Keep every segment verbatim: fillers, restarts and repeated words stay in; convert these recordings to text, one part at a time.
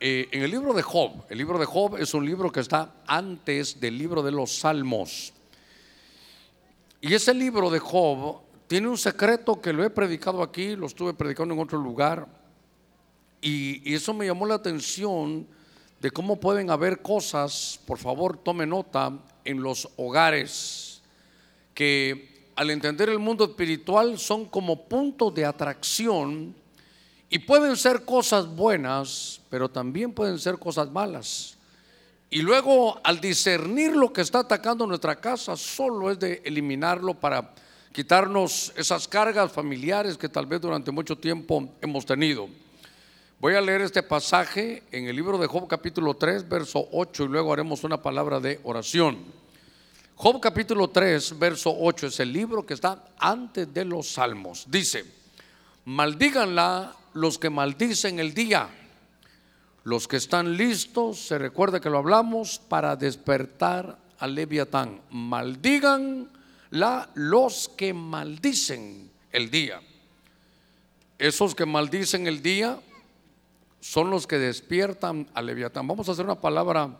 eh, en el libro de Job, el libro de Job es un libro que está antes del libro de los Salmos. Y ese libro de Job tiene un secreto que lo he predicado aquí, lo estuve predicando en otro lugar. Y, y eso me llamó la atención de cómo pueden haber cosas, por favor tome nota, en los hogares, que al entender el mundo espiritual son como puntos de atracción. Y pueden ser cosas buenas, pero también pueden ser cosas malas. Y luego, al discernir lo que está atacando nuestra casa, solo es de eliminarlo para quitarnos esas cargas familiares que tal vez durante mucho tiempo hemos tenido. Voy a leer este pasaje en el libro de Job capítulo tres, verso ocho, y luego haremos una palabra de oración. Job capítulo tres, verso ocho es el libro que está antes de los Salmos. Dice: maldíganla los que maldicen el día, los que están listos, se recuerda que lo hablamos, para despertar al Leviatán. Maldíganla los que maldicen el día. Esos que maldicen el día son los que despiertan al Leviatán. Vamos a hacer una palabra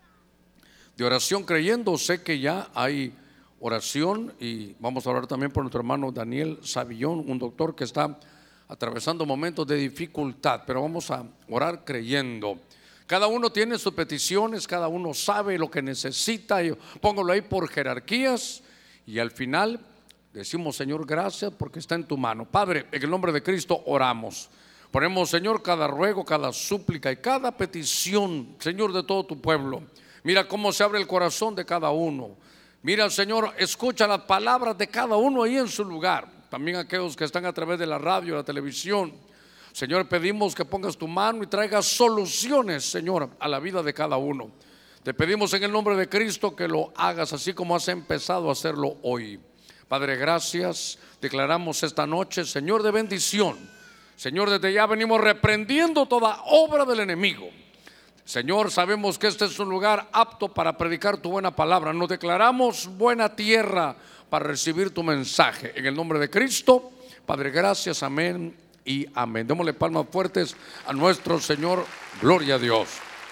de oración creyendo. Sé que ya hay oración y vamos a orar también por nuestro hermano Daniel Savillón, un doctor que está atravesando momentos de dificultad, pero vamos a orar creyendo. Cada uno tiene sus peticiones, cada uno sabe lo que necesita. Yo póngalo ahí por jerarquías y al final decimos: Señor, gracias porque está en tu mano. Padre, en el nombre de Cristo oramos. Ponemos, Señor, cada ruego, cada súplica y cada petición, Señor, de todo tu pueblo. Mira cómo se abre el corazón de cada uno. Mira, Señor, escucha las palabras de cada uno ahí en su lugar. También aquellos que están a través de la radio, la televisión. Señor, pedimos que pongas tu mano y traigas soluciones, Señor, a la vida de cada uno. Te pedimos en el nombre de Cristo que lo hagas así como has empezado a hacerlo hoy. Padre, gracias. Declaramos esta noche, Señor, de bendición. Señor, desde ya venimos reprendiendo toda obra del enemigo. Señor, sabemos que este es un lugar apto para predicar tu buena palabra. Nos declaramos buena tierra para recibir tu mensaje. En el nombre de Cristo, Padre, gracias, amén y amén. Démosle palmas fuertes a nuestro Señor. Gloria a Dios.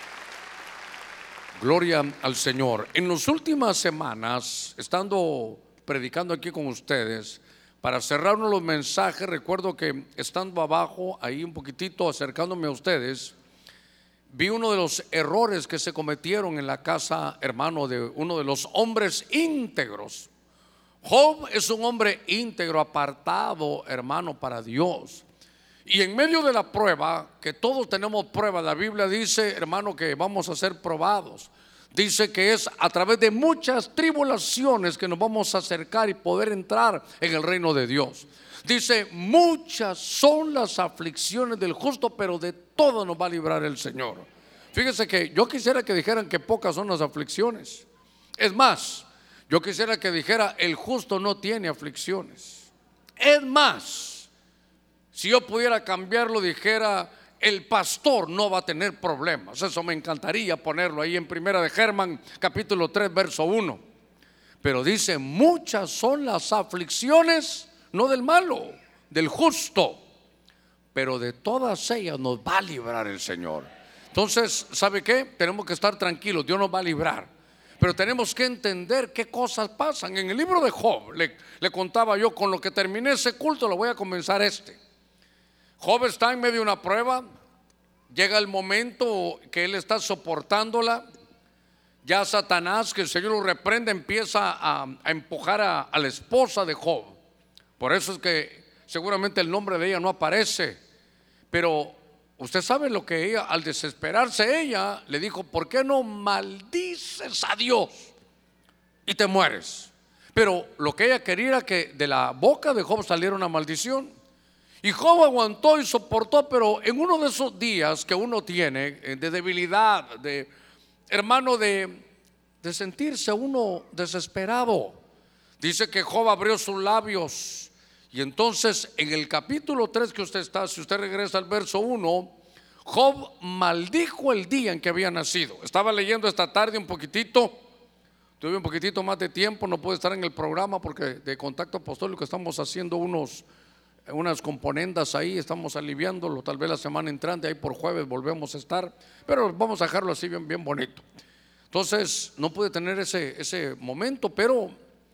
Gloria al Señor. En las últimas semanas, estando predicando aquí con ustedes, para cerrar uno de los mensajes, recuerdo que estando abajo, ahí un poquitito acercándome a ustedes, vi uno de los errores que se cometieron en la casa, hermano, de uno de los hombres íntegros. Job es un hombre íntegro, apartado, hermano, para Dios. Y en medio de la prueba, que todos tenemos prueba, la Biblia dice, hermano, que vamos a ser probados. Dice que es a través de muchas tribulaciones que nos vamos a acercar y poder entrar en el reino de Dios. Dice: muchas son las aflicciones del justo, pero de todo nos va a librar el Señor. Fíjese que yo quisiera que dijeran que pocas son las aflicciones. Es más, yo quisiera que dijera: el justo no tiene aflicciones. Es más, si yo pudiera cambiarlo, dijera: el pastor no va a tener problemas. Eso me encantaría ponerlo ahí en Primera de Germán capítulo tres, verso uno. Pero dice: muchas son las aflicciones, no del malo, del justo, pero de todas ellas nos va a librar el Señor. Entonces, ¿sabe qué? Tenemos que estar tranquilos, Dios nos va a librar. Pero tenemos que entender qué cosas pasan. En el libro de Job, le, le contaba yo, con lo que terminé ese culto, lo voy a comenzar este. Job está en medio de una prueba. Llega el momento que él está soportándola. Ya Satanás, que el Señor lo reprende, empieza a, a empujar a, a la esposa de Job. Por eso es que seguramente el nombre de ella no aparece. Pero usted sabe lo que ella, al desesperarse ella, le dijo: ¿por qué no maldices a Dios y te mueres? Pero lo que ella quería era que de la boca de Job saliera una maldición. Y Job aguantó y soportó, pero en uno de esos días que uno tiene de debilidad, de hermano, de, de sentirse uno desesperado, dice que Job abrió sus labios. Y entonces en el capítulo tres que usted está, si usted regresa al verso uno, Job maldijo el día en que había nacido. Estaba leyendo esta tarde un poquitito, tuve un poquitito más de tiempo, no pude estar en el programa porque de Contacto Apostólico estamos haciendo unos unas componendas ahí, estamos aliviándolo. Tal vez la semana entrante, ahí por jueves volvemos a estar, pero vamos a dejarlo así bien, bien bonito. Entonces no pude tener ese, ese momento, pero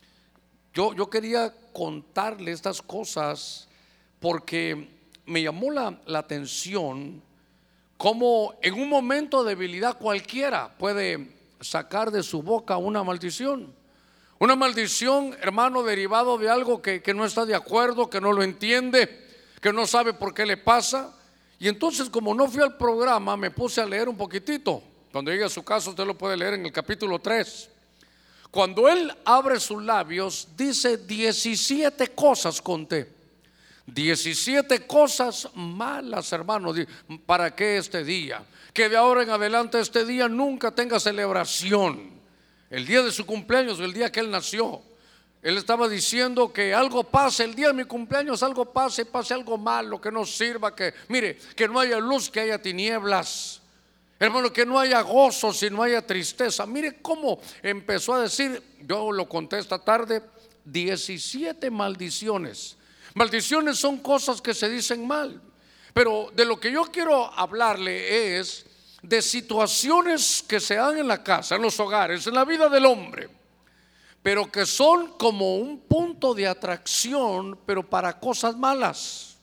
yo, yo quería contarle estas cosas porque me llamó la, la atención cómo en un momento de debilidad cualquiera puede sacar de su boca una maldición. Una maldición, hermano, derivado de algo que, que no está de acuerdo, que no lo entiende, que no sabe por qué le pasa. Y entonces, como no fui al programa, me puse a leer un poquitito. Cuando llegue a su casa, usted lo puede leer en el capítulo tres. Cuando él abre sus labios, dice diecisiete cosas, conté. diecisiete cosas malas, hermano. ¿Para qué este día? Que de ahora en adelante este día nunca tenga celebración. El día de su cumpleaños, el día que él nació, él estaba diciendo que algo pase, el día de mi cumpleaños algo pase, pase algo malo, que no sirva, que mire, que no haya luz, que haya tinieblas, hermano, que no haya gozo, si no haya tristeza. Mire cómo empezó a decir, yo lo conté esta tarde, diecisiete maldiciones. Maldiciones son cosas que se dicen mal, pero de lo que yo quiero hablarle es de situaciones que se dan en la casa, en los hogares, en la vida del hombre, pero que son como un punto de atracción, pero para cosas malas.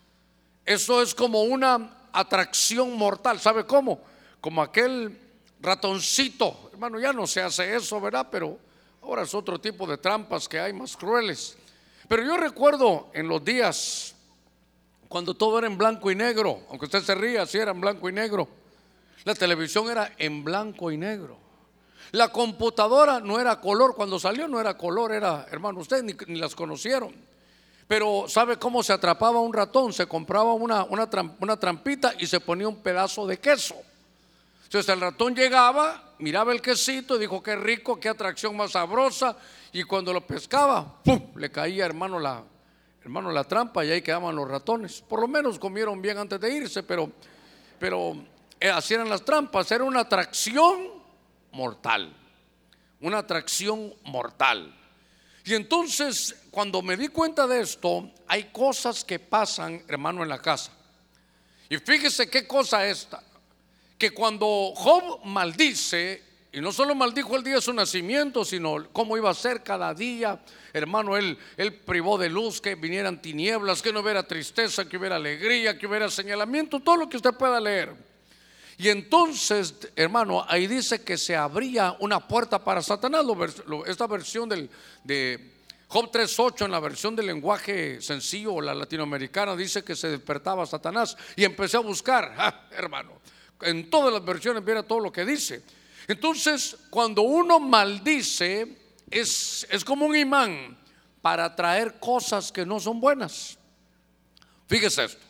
Eso es como una atracción mortal. ¿Sabe cómo? Como aquel ratoncito, hermano, ya no se hace eso, ¿verdad? Pero ahora es otro tipo de trampas que hay más crueles. Pero yo recuerdo en los días cuando todo era en blanco y negro, aunque usted se ría, sí era en blanco y negro. La televisión era en blanco y negro. La computadora no era color, cuando salió no era color, era, hermano, ustedes ni, ni las conocieron. Pero ¿sabe cómo se atrapaba un ratón? Se compraba una, una, tramp, una trampita y se ponía un pedazo de queso. Entonces el ratón llegaba, miraba el quesito y dijo: qué rico, qué atracción más sabrosa. Y cuando lo pescaba, ¡pum!, le caía, hermano, la, hermano, la trampa, y ahí quedaban los ratones. Por lo menos comieron bien antes de irse, pero, pero eh, así eran las trampas. Era una atracción mortal, una atracción mortal. Y entonces, cuando me di cuenta de esto, hay cosas que pasan, hermano, en la casa. Y fíjese qué cosa esta, que cuando Job maldice, y no solo maldijo el día de su nacimiento, sino cómo iba a ser cada día, hermano, él, él privó de luz, que vinieran tinieblas, que no hubiera tristeza, que hubiera alegría, que hubiera señalamiento, todo lo que usted pueda leer. Y entonces, hermano, ahí dice que se abría una puerta para Satanás. Esta versión del, de Job tres ocho, en la versión del lenguaje sencillo o la latinoamericana, dice que se despertaba Satanás. Y empecé a buscar, ah, hermano, en todas las versiones viera todo lo que dice. Entonces, cuando uno maldice, es, es como un imán para traer cosas que no son buenas. Fíjese esto,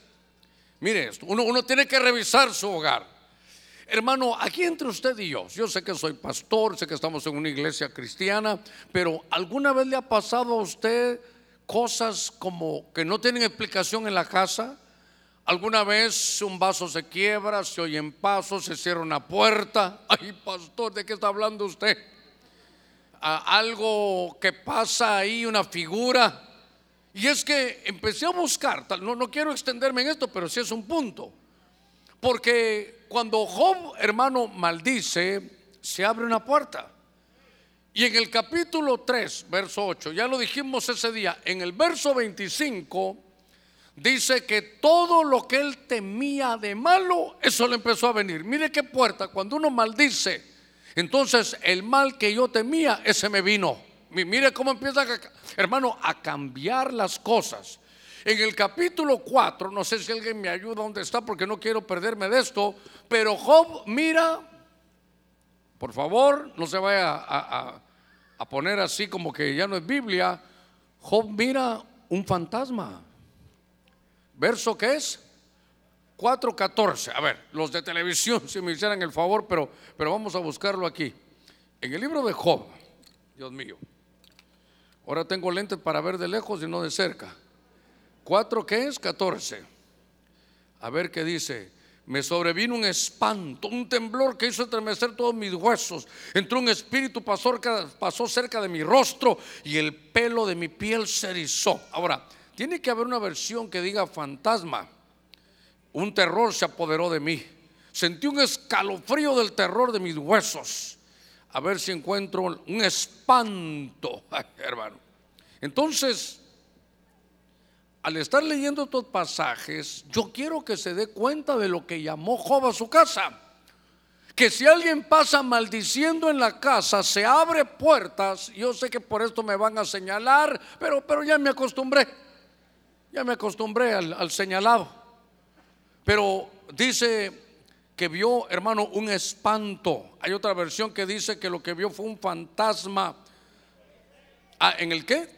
mire esto, uno, uno tiene que revisar su hogar. Hermano, aquí entre usted y yo, yo sé que soy pastor, sé que estamos en una iglesia cristiana, pero ¿alguna vez le ha pasado a usted cosas como que no tienen explicación en la casa? ¿Alguna vez un vaso se quiebra, se oyen pasos, se cierra una puerta? Ay, pastor, ¿de qué está hablando usted? ¿A algo que pasa ahí, una figura? Y es que empecé a buscar, no, no quiero extenderme en esto, pero sí es un punto. Porque cuando Job, hermano, maldice, se abre una puerta. Y en el capítulo tres, verso ocho, ya lo dijimos ese día, en el verso veinticinco, dice que todo lo que él temía de malo, eso le empezó a venir. Mire qué puerta, cuando uno maldice, entonces el mal que yo temía, ese me vino. Mire cómo empieza, hermano, a cambiar las cosas. En el capítulo cuatro, no sé si alguien me ayuda donde está, porque no quiero perderme de esto, pero Job mira, por favor, no se vaya a, a, a poner así como que ya no es Biblia. Job mira un fantasma. ¿Verso qué es? cuatro catorce. A ver, los de televisión, si me hicieran el favor, pero, pero vamos a buscarlo aquí. En el libro de Job, Dios mío, ahora tengo lentes para ver de lejos y no de cerca. cuatro, ¿qué es? catorce. A ver qué dice. Me sobrevino un espanto, un temblor que hizo estremecer todos mis huesos. Entró un espíritu, pasó, pasó cerca de mi rostro y el pelo de mi piel se erizó. Ahora, tiene que haber una versión que diga fantasma. Un terror se apoderó de mí. Sentí un escalofrío del terror de mis huesos. A ver si encuentro un espanto, hermano. Entonces, al estar leyendo estos pasajes, yo quiero que se dé cuenta de lo que llamó Job a su casa. Que si alguien pasa maldiciendo en la casa, se abre puertas. Yo sé que por esto me van a señalar, pero, pero ya me acostumbré. Ya me acostumbré al, al señalado. Pero dice que vio, hermano, un espanto. Hay otra versión que dice que lo que vio fue un fantasma. Ah, ¿en el qué?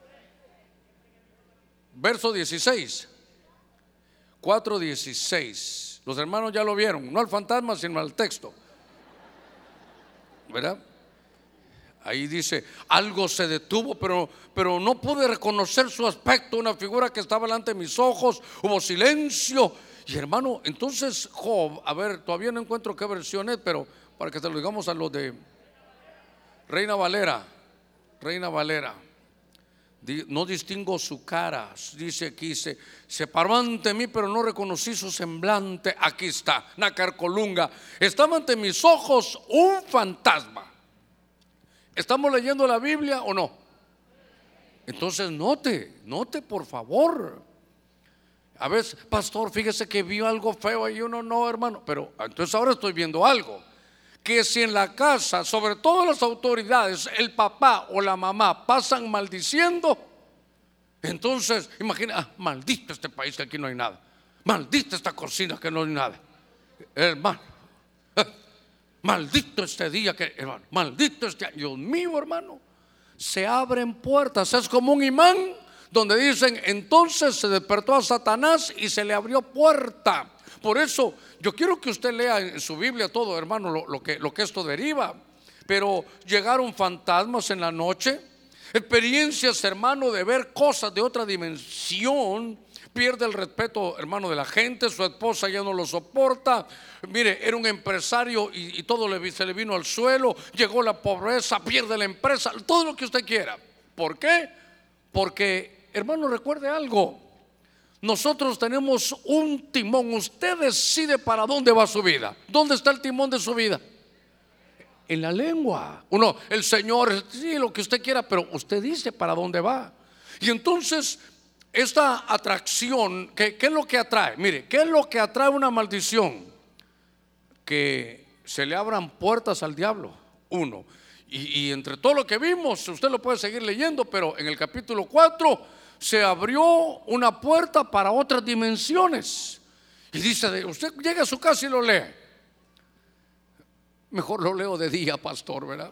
Verso dieciséis, cuatro dieciséis. Los hermanos ya lo vieron, no al fantasma sino al texto, ¿verdad? Ahí dice, algo se detuvo, pero, pero no pude reconocer su aspecto, una figura que estaba delante de mis ojos. Hubo silencio. Y hermano, entonces Job, a ver, todavía no encuentro qué versión es, pero para que te lo digamos a los de Reina Valera, Reina Valera. No distingo su cara, dice aquí, se, se paró ante mí, pero no reconocí su semblante. Aquí está, Nácar Colunga. Estaba ante mis ojos un fantasma. ¿Estamos leyendo la Biblia o no? Entonces note, note por favor. A veces, pastor, fíjese que vio algo feo y uno no, hermano. Pero entonces ahora estoy viendo algo. Que si en la casa, sobre todo las autoridades, el papá o la mamá pasan maldiciendo, entonces imagina, ah, maldito este país que aquí no hay nada, maldita esta cocina que no hay nada, hermano, eh, maldito este día que, hermano, maldito este año. Dios mío, hermano, se abren puertas. Es como un imán donde dicen, entonces se despertó a Satanás y se le abrió puerta. Por eso yo quiero que usted lea en su Biblia todo, hermano, lo, lo, que, lo que esto deriva. Pero llegaron fantasmas en la noche, experiencias, hermano, de ver cosas de otra dimensión. Pierde el respeto, hermano, de la gente. Su esposa ya no lo soporta. Mire, era un empresario y, y todo le, se le vino al suelo. Llegó la pobreza, pierde la empresa, todo lo que usted quiera. ¿Por qué? Porque, hermano, recuerde algo. Nosotros tenemos un timón. Usted decide para dónde va su vida. ¿Dónde está el timón de su vida? En la lengua. Uno, el Señor, sí, lo que usted quiera, pero usted dice para dónde va. Y entonces, esta atracción, ¿qué, qué es lo que atrae? Mire, ¿qué es lo que atrae una maldición? Que se le abran puertas al diablo. Uno. Y, y entre todo lo que vimos, usted lo puede seguir leyendo, pero en el capítulo cuatro se abrió una puerta para otras dimensiones. Y dice, usted llega a su casa y lo lee. Mejor lo leo de día, pastor, ¿verdad?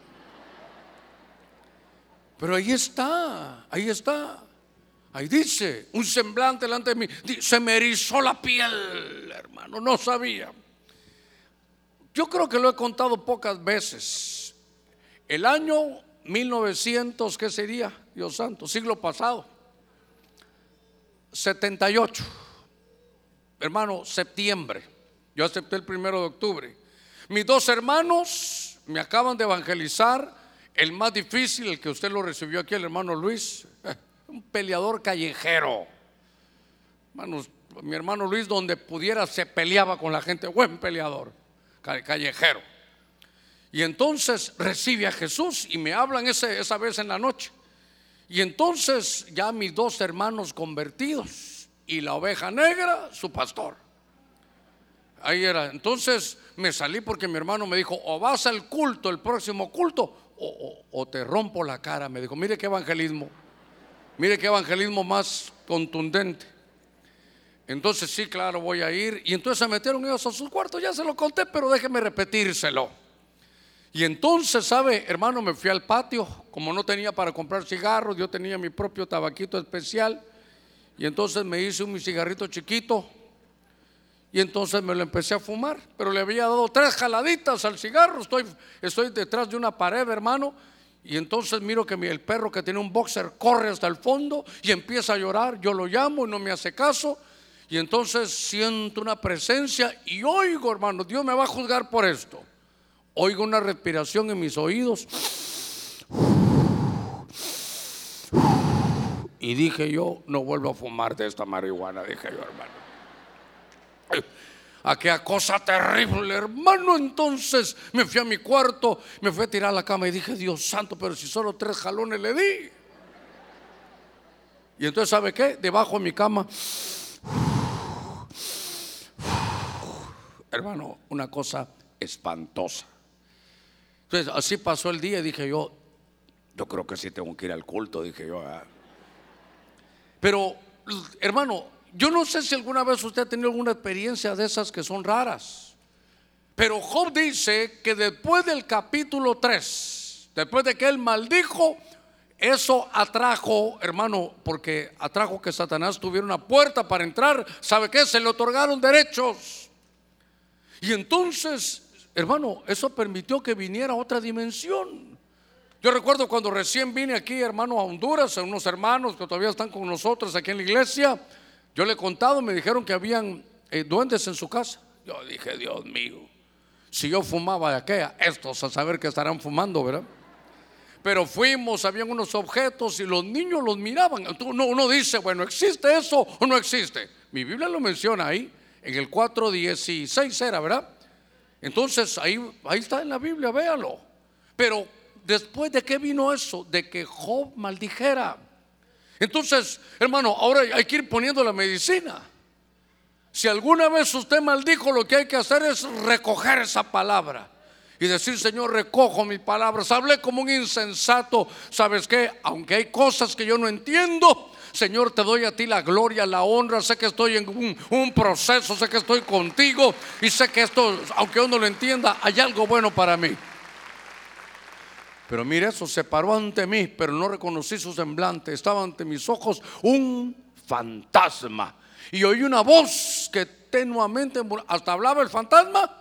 Pero ahí está, ahí está. Ahí dice, un semblante delante de mí. Se me erizó la piel, hermano, no sabía. Yo creo que lo he contado pocas veces. El año mil novecientos, ¿qué sería? Dios santo, siglo pasado. setenta y ocho, hermano, septiembre. Yo acepté el primero de octubre. Mis dos hermanos me acaban de evangelizar. El más difícil, el que usted lo recibió aquí, el hermano Luis, eh, un peleador callejero. Hermanos, mi hermano Luis, donde pudiera se peleaba con la gente. Buen peleador, callejero. Y entonces recibe a Jesús y me hablan ese, esa vez en la noche. Y entonces ya mis dos hermanos convertidos y la oveja negra, su pastor. Ahí era. Entonces me salí porque mi hermano me dijo, o vas al culto, el próximo culto, o, o, o te rompo la cara. Me dijo, mire qué evangelismo, mire qué evangelismo más contundente. Entonces sí, claro, voy a ir. Y entonces se metieron ellos a sus cuartos. Ya se lo conté, pero déjeme repetírselo. Y entonces, ¿sabe, hermano? Me fui al patio. Como no tenía para comprar cigarros, yo tenía mi propio tabaquito especial. Y entonces me hice un cigarrito chiquito. Y entonces me lo empecé a fumar. Pero le había dado tres jaladitas al cigarro. Estoy, estoy detrás de una pared, hermano. Y entonces miro que mi, el perro que tiene un boxer corre hasta el fondo y empieza a llorar. Yo lo llamo y no me hace caso. Y entonces siento una presencia y oigo, hermano, Dios me va a juzgar por esto. Oigo una respiración en mis oídos. Y dije yo, no vuelvo a fumar de esta marihuana, dije yo, hermano. Aquella cosa terrible, hermano. Entonces me fui a mi cuarto, me fui a tirar a la cama y dije, Dios santo, pero si solo tres jalones le di. Y entonces, ¿sabe qué? Debajo de mi cama, hermano, una cosa espantosa. Entonces así pasó el día y dije yo, yo creo que sí tengo que ir al culto, dije yo. Ah. Pero, hermano, yo no sé si alguna vez usted ha tenido alguna experiencia de esas que son raras. Pero Job dice que después del capítulo tres, después de que él maldijo, eso atrajo, hermano, porque atrajo que Satanás tuviera una puerta para entrar. ¿Sabe qué? Se le otorgaron derechos. Y entonces, hermano, eso permitió que viniera otra dimensión. Yo recuerdo cuando recién vine aquí, hermano, a Honduras, a unos hermanos que todavía están con nosotros aquí en la iglesia. Yo le he contado, me dijeron que habían eh, duendes en su casa. Yo dije, Dios mío, si yo fumaba de aquella, estos a saber que estarán fumando, ¿verdad? Pero fuimos, habían unos objetos y los niños los miraban. Uno, uno dice, bueno, ¿existe eso o no existe? Mi Biblia lo menciona ahí, en el cuatro dieciséis era, ¿verdad? Entonces ahí, ahí está en la Biblia, véalo. Pero después de qué vino eso, de que Job maldijera. Entonces, hermano, ahora hay que ir poniendo la medicina. Si alguna vez usted maldijo, lo que hay que hacer es recoger esa palabra y decir, Señor, recojo mis palabras. Hablé como un insensato. ¿Sabes qué? Aunque hay cosas que yo no entiendo, Señor, te doy a ti la gloria, la honra. Sé que estoy en un, un proceso, sé que estoy contigo y sé que esto, aunque yo no lo entienda, hay algo bueno para mí. Pero mire, eso se paró ante mí, pero no reconocí su semblante. Estaba ante mis ojos un fantasma. Y oí una voz que tenuamente, hasta hablaba el fantasma.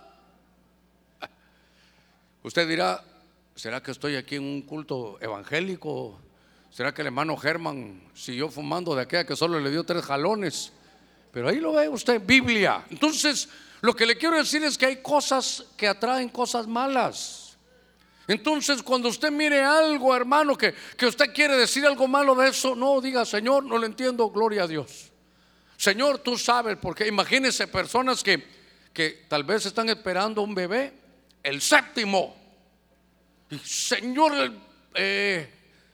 Usted dirá, ¿será que estoy aquí en un culto evangélico? ¿Será que el hermano Germán siguió fumando de aquella que solo le dio tres jalones? Pero ahí lo ve usted, Biblia. Entonces, lo que le quiero decir es que hay cosas que atraen cosas malas. Entonces, cuando usted mire algo, hermano, que, que usted quiere decir algo malo de eso, no diga, Señor, no lo entiendo, gloria a Dios. Señor, tú sabes, porque imagínense personas que, que tal vez están esperando un bebé, el séptimo. Y, Señor, eh,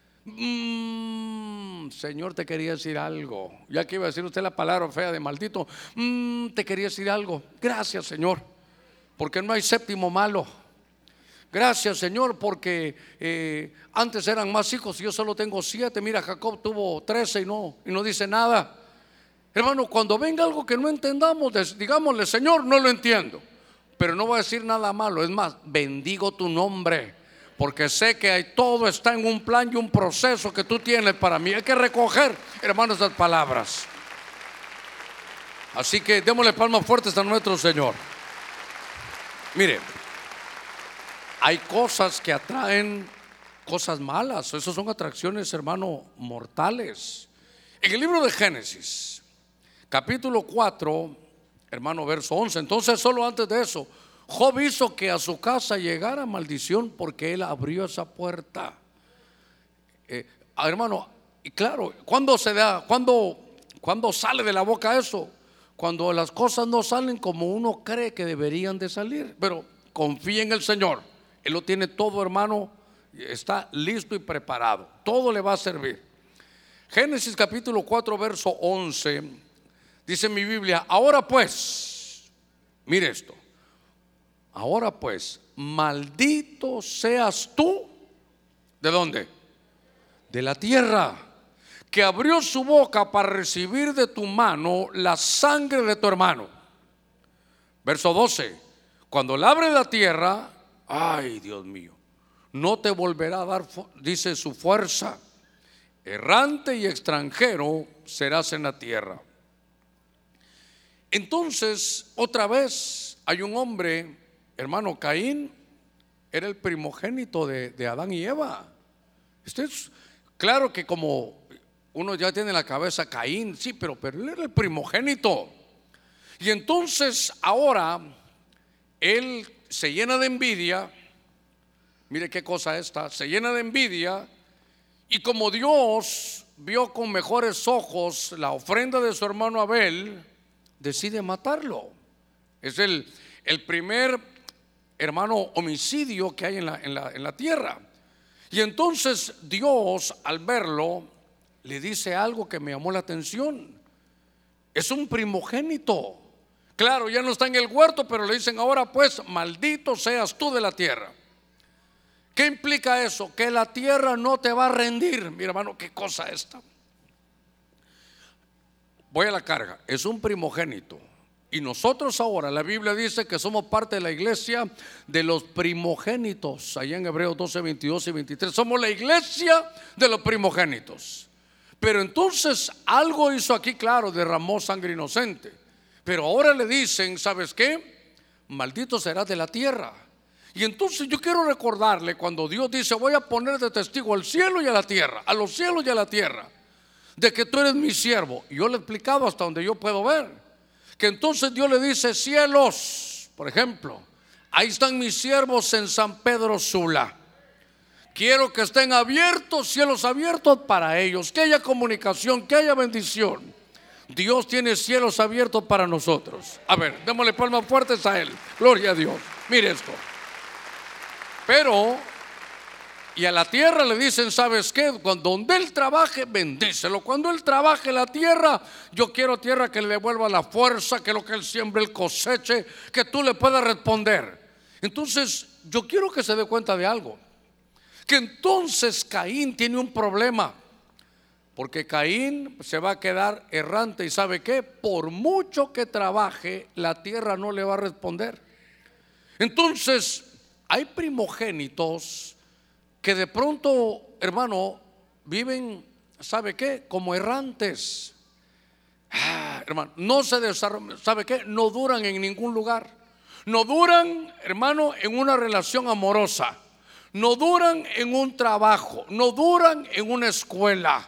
mmm, Señor, te quería decir algo. Ya que iba a decir usted la palabra fea de maldito, mmm, te quería decir algo. Gracias, Señor, porque no hay séptimo malo. Gracias, Señor, porque eh, antes eran más hijos y yo solo tengo siete. Mira, Jacob tuvo trece y no, y no dice nada. Hermano, cuando venga algo que no entendamos, digámosle, Señor, no lo entiendo, pero no voy a decir nada malo. Es más, bendigo tu nombre, porque sé que hay, todo está en un plan y un proceso que tú tienes para mí. Hay que recoger, hermanos, esas palabras. Así que démosle palmas fuertes a nuestro Señor. Mire, hay cosas que atraen cosas malas. Esas son atracciones, hermano, mortales. En el libro de Génesis, capítulo cuatro, hermano, verso once. Entonces, solo antes de eso, Job hizo que a su casa llegara maldición porque él abrió esa puerta. Eh, hermano, y claro, ¿cuándo se da? ¿Cuándo, cuándo sale de la boca eso? Cuando las cosas no salen como uno cree que deberían de salir. Pero confía en el Señor. Él lo tiene todo, hermano, está listo y preparado. Todo le va a servir. Génesis capítulo cuatro, verso once. Dice mi Biblia, ahora pues, mire esto. Ahora pues, maldito seas tú. ¿De dónde? De la tierra, que abrió su boca para recibir de tu mano la sangre de tu hermano. Verso doce. Cuando labre la tierra, ay, Dios mío, no te volverá a dar, dice, su fuerza. Errante y extranjero serás en la tierra. Entonces, otra vez hay un hombre, hermano, Caín era el primogénito de, de Adán y Eva. Esto es claro que como uno ya tiene en la cabeza Caín, sí, pero, pero él era el primogénito. Y entonces ahora él se llena de envidia. Mire qué cosa esta, se llena de envidia. Y como Dios vio con mejores ojos la ofrenda de su hermano Abel, decide matarlo. Es el, el primer, hermano, homicidio que hay en la, en la, en la tierra. Y entonces Dios, al verlo, le dice algo que me llamó la atención. Es un primogénito. Claro, ya no está en el huerto, pero le dicen ahora pues, maldito seas tú de la tierra. ¿Qué implica eso? Que la tierra no te va a rendir. Mira, hermano, qué cosa esta. Voy a la carga. Es un primogénito. Y nosotros ahora, la Biblia dice que somos parte de la iglesia de los primogénitos. Allá en Hebreos doce, veintidós y veintitrés. Somos la iglesia de los primogénitos. Pero entonces algo hizo aquí, claro, derramó sangre inocente. Pero ahora le dicen, ¿sabes qué? Maldito serás de la tierra. Y entonces yo quiero recordarle cuando Dios dice: voy a poner de testigo al cielo y a la tierra, a los cielos y a la tierra, de que tú eres mi siervo. Y yo le explicaba hasta donde yo puedo ver, que entonces Dios le dice: cielos, por ejemplo, ahí están mis siervos en San Pedro Sula. Quiero que estén abiertos, cielos abiertos para ellos, que haya comunicación, que haya bendición. Dios tiene cielos abiertos para nosotros. A ver, démosle palmas fuertes a Él. Gloria a Dios. Mire esto. Pero, y a la tierra le dicen: ¿sabes qué? Cuando donde Él trabaje, bendícelo. Cuando Él trabaje la tierra, yo quiero tierra que le devuelva la fuerza, que lo que Él siembre, Él coseche, que tú le puedas responder. Entonces, yo quiero que se dé cuenta de algo. Que entonces Caín tiene un problema. Porque Caín se va a quedar errante. ¿Y sabe qué? Por mucho que trabaje, la tierra no le va a responder. Entonces, hay primogénitos que de pronto, hermano, viven, ¿sabe qué? Como errantes. Ah, hermano, no se desarrollan, ¿sabe qué? No duran en ningún lugar. No duran, hermano, en una relación amorosa. No duran en un trabajo. No duran en una escuela.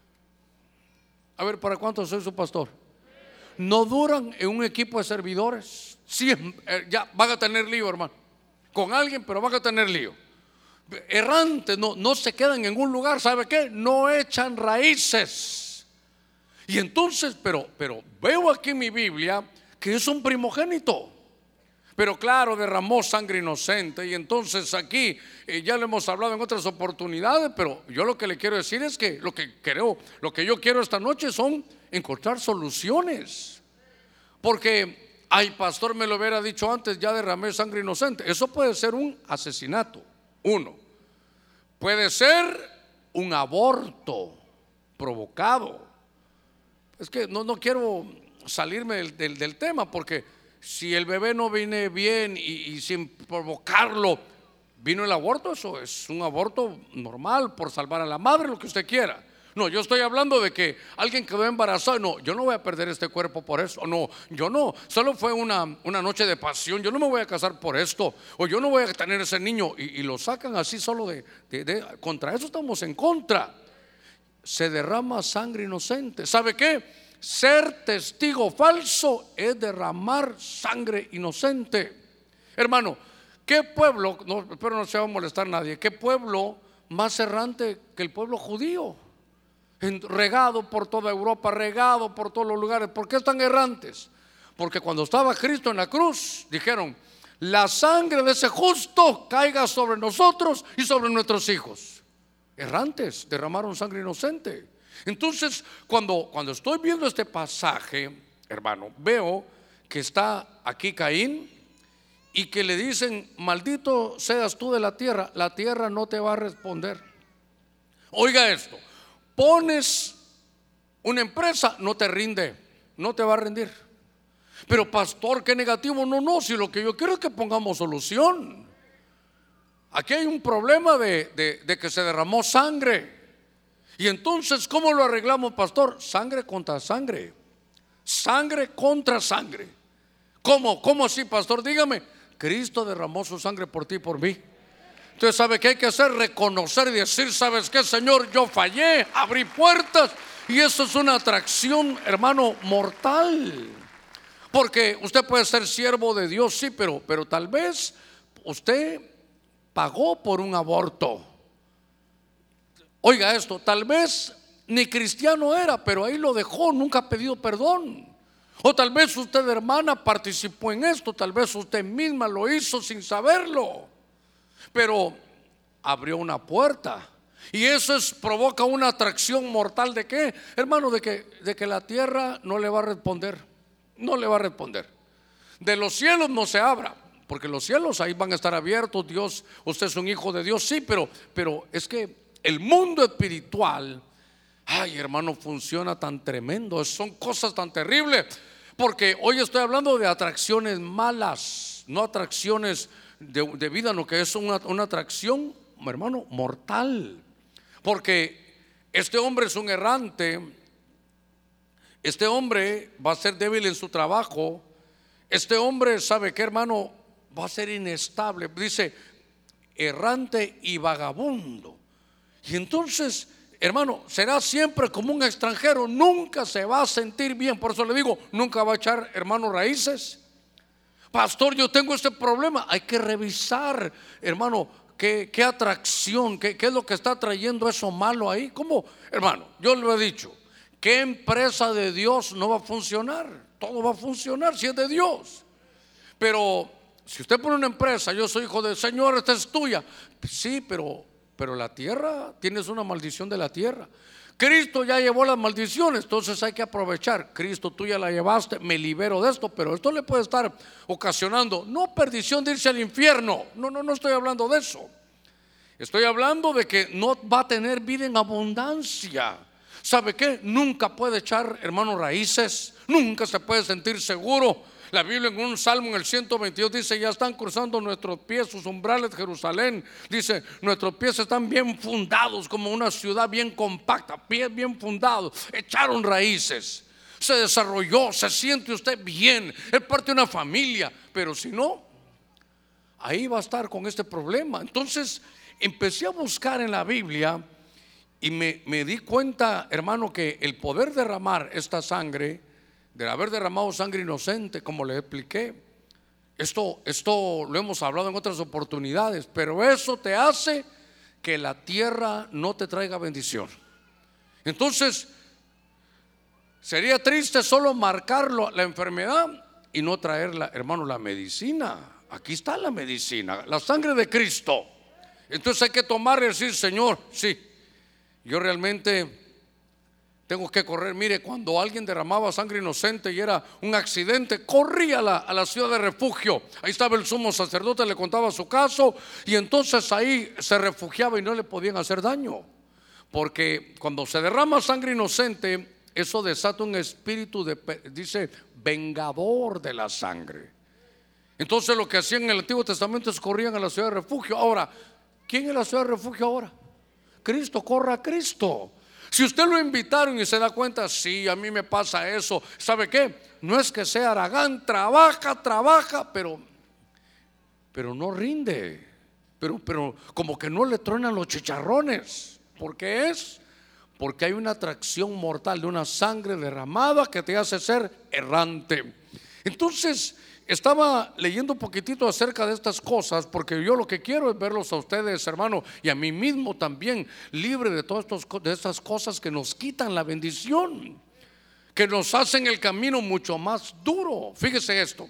A ver, ¿para cuántos soy su pastor? No duran en un equipo de servidores. Siempre, ya van a tener lío, hermano, con alguien, pero van a tener lío. Errantes, no, no se quedan en un lugar. ¿Sabe qué? No echan raíces. Y entonces, pero, pero veo aquí en mi Biblia que es un primogénito. Pero claro, derramó sangre inocente. Y entonces aquí eh, ya lo hemos hablado en otras oportunidades. Pero yo lo que le quiero decir es que lo que creo, lo que yo quiero esta noche son encontrar soluciones. Porque, ay, pastor, me lo hubiera dicho antes, ya derramé sangre inocente. Eso puede ser un asesinato, uno. Puede ser un aborto provocado. Es que no, no quiero salirme del, del, del tema, porque si el bebé no viene bien y, y sin provocarlo vino el aborto, eso es un aborto normal por salvar a la madre, lo que usted quiera. No, yo estoy hablando de que alguien quedó embarazado. No, yo no voy a perder este cuerpo por eso. No, yo no, solo fue una, una noche de pasión. Yo no me voy a casar por esto. O yo no voy a tener ese niño. Y, y lo sacan así solo de, de, de contra eso estamos en contra. Se derrama sangre inocente. ¿Sabe qué? Ser testigo falso es derramar sangre inocente. Hermano, ¿qué pueblo, no, espero no se va a molestar nadie, qué pueblo más errante que el pueblo judío? En, regado por toda Europa, regado por todos los lugares. ¿Por qué están errantes? Porque cuando estaba Cristo en la cruz, dijeron: la sangre de ese justo caiga sobre nosotros y sobre nuestros hijos. Errantes, derramaron sangre inocente. Entonces, cuando, cuando estoy viendo este pasaje, hermano, veo que está aquí Caín y que le dicen: maldito seas tú de la tierra, la tierra no te va a responder. Oiga esto, pones una empresa, no te rinde, no te va a rendir. Pero pastor, qué negativo. No, no, si lo que yo quiero es que pongamos solución. Aquí hay un problema de, de, de que se derramó sangre. Y entonces, ¿cómo lo arreglamos, pastor? Sangre contra sangre. Sangre contra sangre. ¿Cómo? ¿Cómo así, pastor? Dígame. Cristo derramó su sangre por ti y por mí. Entonces, ¿sabe qué hay que hacer? Reconocer y decir: ¿sabes qué, Señor? Yo fallé, abrí puertas. Y eso es una atracción, hermano, mortal. Porque usted puede ser siervo de Dios, sí, pero, pero tal vez usted pagó por un aborto. Oiga esto, tal vez ni cristiano era, pero ahí lo dejó, nunca ha pedido perdón. O tal vez usted, hermana, participó en esto, tal vez usted misma lo hizo sin saberlo, pero abrió una puerta. Y eso es, provoca una atracción mortal de qué, hermano, de que, de que la tierra no le va a responder, no le va a responder. De los cielos no se abra, porque los cielos ahí van a estar abiertos. Dios, usted es un hijo de Dios, sí, pero, pero es que el mundo espiritual, ay, hermano, funciona tan tremendo, son cosas tan terribles. Porque hoy estoy hablando de atracciones malas, no atracciones de, de vida, no, que es una, una atracción, hermano, mortal. Porque este hombre es un errante, este hombre va a ser débil en su trabajo, este hombre, ¿sabe qué, hermano? Va a ser inestable, dice errante y vagabundo. Y entonces, hermano, será siempre como un extranjero, nunca se va a sentir bien. Por eso le digo, nunca va a echar, hermano, raíces. Pastor, yo tengo este problema. Hay que revisar, hermano, qué, qué atracción, qué, qué es lo que está trayendo eso malo ahí. ¿Cómo, hermano? Yo le he dicho, ¿qué empresa de Dios no va a funcionar? Todo va a funcionar si es de Dios. Pero si usted pone una empresa, yo soy hijo del Señor, esta es tuya. Sí, pero Pero la tierra, tienes una maldición de la tierra. Cristo ya llevó las maldiciones, entonces hay que aprovechar. Cristo, tú ya la llevaste, me libero de esto. Pero esto le puede estar ocasionando, no perdición de irse al infierno. No, no, no estoy hablando de eso. Estoy hablando de que no va a tener vida en abundancia. ¿Sabe qué? Nunca puede echar, hermano, raíces. Nunca se puede sentir seguro. La Biblia en un salmo en el ciento veintidós dice: ya están cruzando nuestros pies sus umbrales de Jerusalén. Dice, nuestros pies están bien fundados, como una ciudad bien compacta, pies bien fundados, echaron raíces, se desarrolló, se siente usted bien, es parte de una familia. Pero si no, ahí va a estar con este problema. Entonces empecé a buscar en la Biblia y me, me di cuenta, hermano, que el poder derramar esta sangre, de haber derramado sangre inocente, como le expliqué, esto, esto lo hemos hablado en otras oportunidades, pero eso te hace que la tierra no te traiga bendición. Entonces sería triste solo marcarlo, la enfermedad, y no traerla, hermano, la medicina. Aquí está la medicina, la sangre de Cristo. Entonces hay que tomar y decir: Señor, sí, yo realmente tengo que correr. Mire, cuando alguien derramaba sangre inocente y era un accidente, corría a la, a la ciudad de refugio. Ahí estaba el sumo sacerdote, le contaba su caso, y entonces ahí se refugiaba y no le podían hacer daño. Porque cuando se derrama sangre inocente, eso desata un espíritu de, dice, vengador de la sangre. Entonces lo que hacían en el Antiguo Testamento es corrían a la ciudad de refugio. Ahora, ¿quién es la ciudad de refugio ahora? Cristo. Corra a Cristo. Si usted lo invitaron y se da cuenta, sí, a mí me pasa eso, ¿sabe qué? No es que sea haragán, trabaja, trabaja, pero pero no rinde, pero, pero como que no le truenan los chicharrones. ¿Por qué es? Porque hay una atracción mortal de una sangre derramada que te hace ser errante. Entonces estaba leyendo un poquitito acerca de estas cosas, porque yo lo que quiero es verlos a ustedes, hermano, y a mí mismo también, libre de todas de estas cosas que nos quitan la bendición, que nos hacen el camino mucho más duro. Fíjese esto,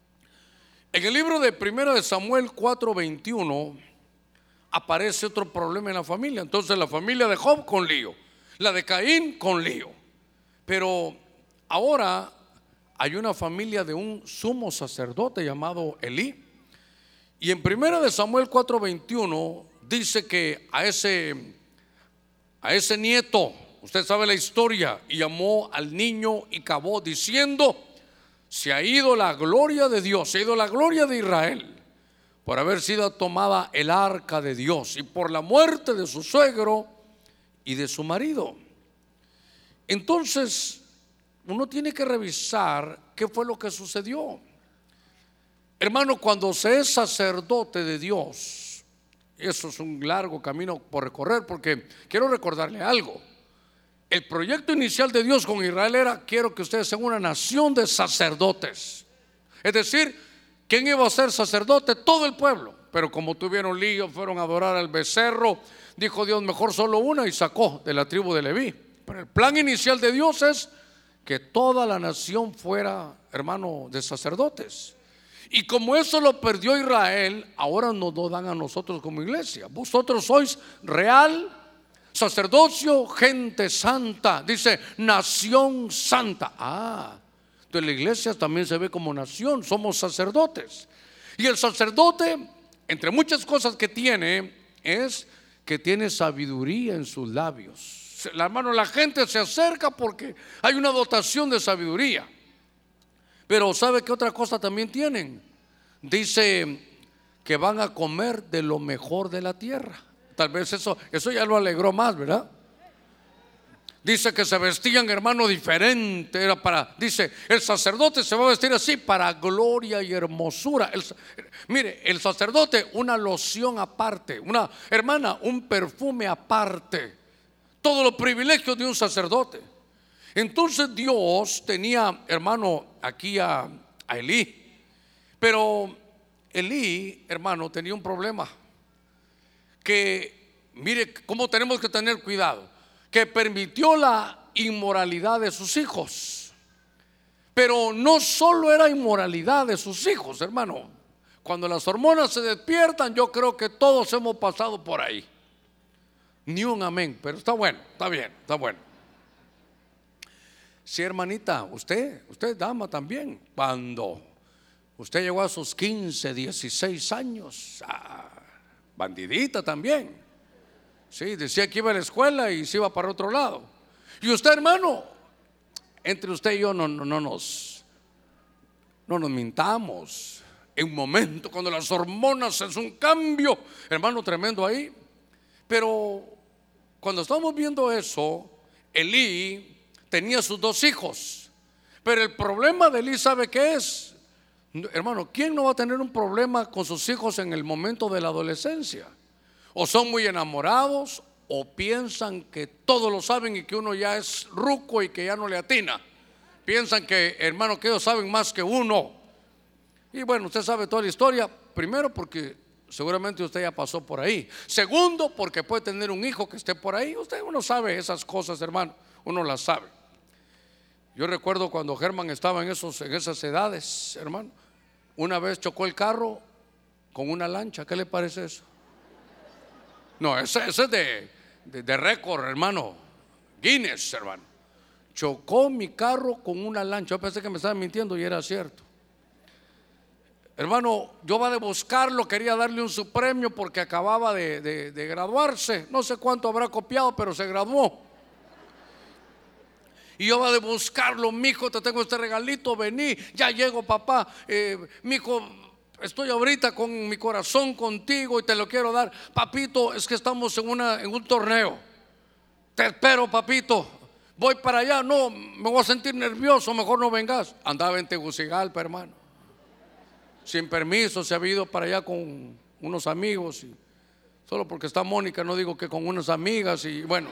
en el libro de Primera de Samuel cuatro veintiuno aparece otro problema en la familia. Entonces la familia de Job con lío, la de Caín con lío, pero ahora hay una familia de un sumo sacerdote llamado Elí. Y en Primera de Samuel cuatro veintiuno dice que a ese a ese nieto, usted sabe la historia, y llamó al niño y cavó diciendo: se ha ido la gloria de Dios, se ha ido la gloria de Israel, por haber sido tomada el arca de Dios y por la muerte de su suegro y de su marido. Entonces uno tiene que revisar qué fue lo que sucedió. Hermano, cuando se es sacerdote de Dios, eso es un largo camino por recorrer, porque quiero recordarle algo. El proyecto inicial de Dios con Israel era: quiero que ustedes sean una nación de sacerdotes. Es decir, ¿quién iba a ser sacerdote? Todo el pueblo. Pero como tuvieron lío, fueron a adorar al becerro, dijo Dios: mejor solo una, y sacó de la tribu de Leví. Pero el plan inicial de Dios es que toda la nación fuera, hermano, de sacerdotes. Y como eso lo perdió Israel, ahora nos lo dan a nosotros como iglesia. Vosotros sois real sacerdocio, gente santa. Dice nación santa. Ah, entonces la iglesia también se ve como nación. Somos sacerdotes. Y el sacerdote, entre muchas cosas que tiene, es que tiene sabiduría en sus labios. La hermano, la gente se acerca porque hay una dotación de sabiduría. Pero ¿sabe qué otra cosa también tienen? Dice que van a comer de lo mejor de la tierra. Tal vez eso, eso ya lo alegró más, ¿verdad? Dice que se vestían, hermano, diferente. Era para, dice, el sacerdote se va a vestir así para gloria y hermosura. El, mire, el sacerdote, una loción aparte, una hermana, un perfume aparte. Todos los privilegios de un sacerdote. Entonces Dios tenía, hermano, aquí a, a Elí. Pero Elí, hermano, tenía un problema. Que, mire cómo tenemos que tener cuidado. Que permitió la inmoralidad de sus hijos. Pero no solo era inmoralidad de sus hijos, hermano. Cuando las hormonas se despiertan, yo creo que todos hemos pasado por ahí. Ni un amén, pero está bueno, está bien, está bueno. Sí, hermanita, usted, usted dama también, cuando usted llegó a sus quince, dieciséis años, ah, bandidita también. Sí, decía que iba a la escuela y se iba para otro lado. Y usted, hermano, entre usted y yo no, no, no nos no nos mintamos. En un momento cuando las hormonas es un cambio, hermano, tremendo ahí. Pero cuando estamos viendo eso, Elí tenía sus dos hijos. Pero el problema de Elí, ¿sabe qué es? Hermano, ¿quién no va a tener un problema con sus hijos en el momento de la adolescencia? O son muy enamorados, o piensan que todos lo saben y que uno ya es ruco y que ya no le atina. Piensan que, hermano, que ellos saben más que uno. Y bueno, usted sabe toda la historia. Primero porque seguramente usted ya pasó por ahí. Segundo, porque puede tener un hijo que esté por ahí. Usted, uno sabe esas cosas, hermano. Uno las sabe. Yo recuerdo cuando Germán estaba en, esos, en esas edades, hermano. Una vez chocó el carro con una lancha. ¿Qué le parece eso? No, ese, ese es de, de, de récord, hermano. Guinness, hermano. Chocó mi carro con una lancha. Yo pensé que me estaban mintiendo y era cierto. Hermano, yo iba de buscarlo, quería darle un su premio porque acababa de, de, de graduarse. No sé cuánto habrá copiado, pero se graduó. Y yo iba de buscarlo, mijo, te tengo este regalito, vení, ya llego, papá. Eh, mijo, estoy ahorita con mi corazón contigo y te lo quiero dar. Papito, es que estamos en, una, en un torneo. Te espero, papito. Voy para allá, no, me voy a sentir nervioso, mejor no vengas. Andaba en Tegucigalpa, hermano. Sin permiso, se había ido para allá con unos amigos. Y solo porque está Mónica, no digo que con unas amigas. Y bueno,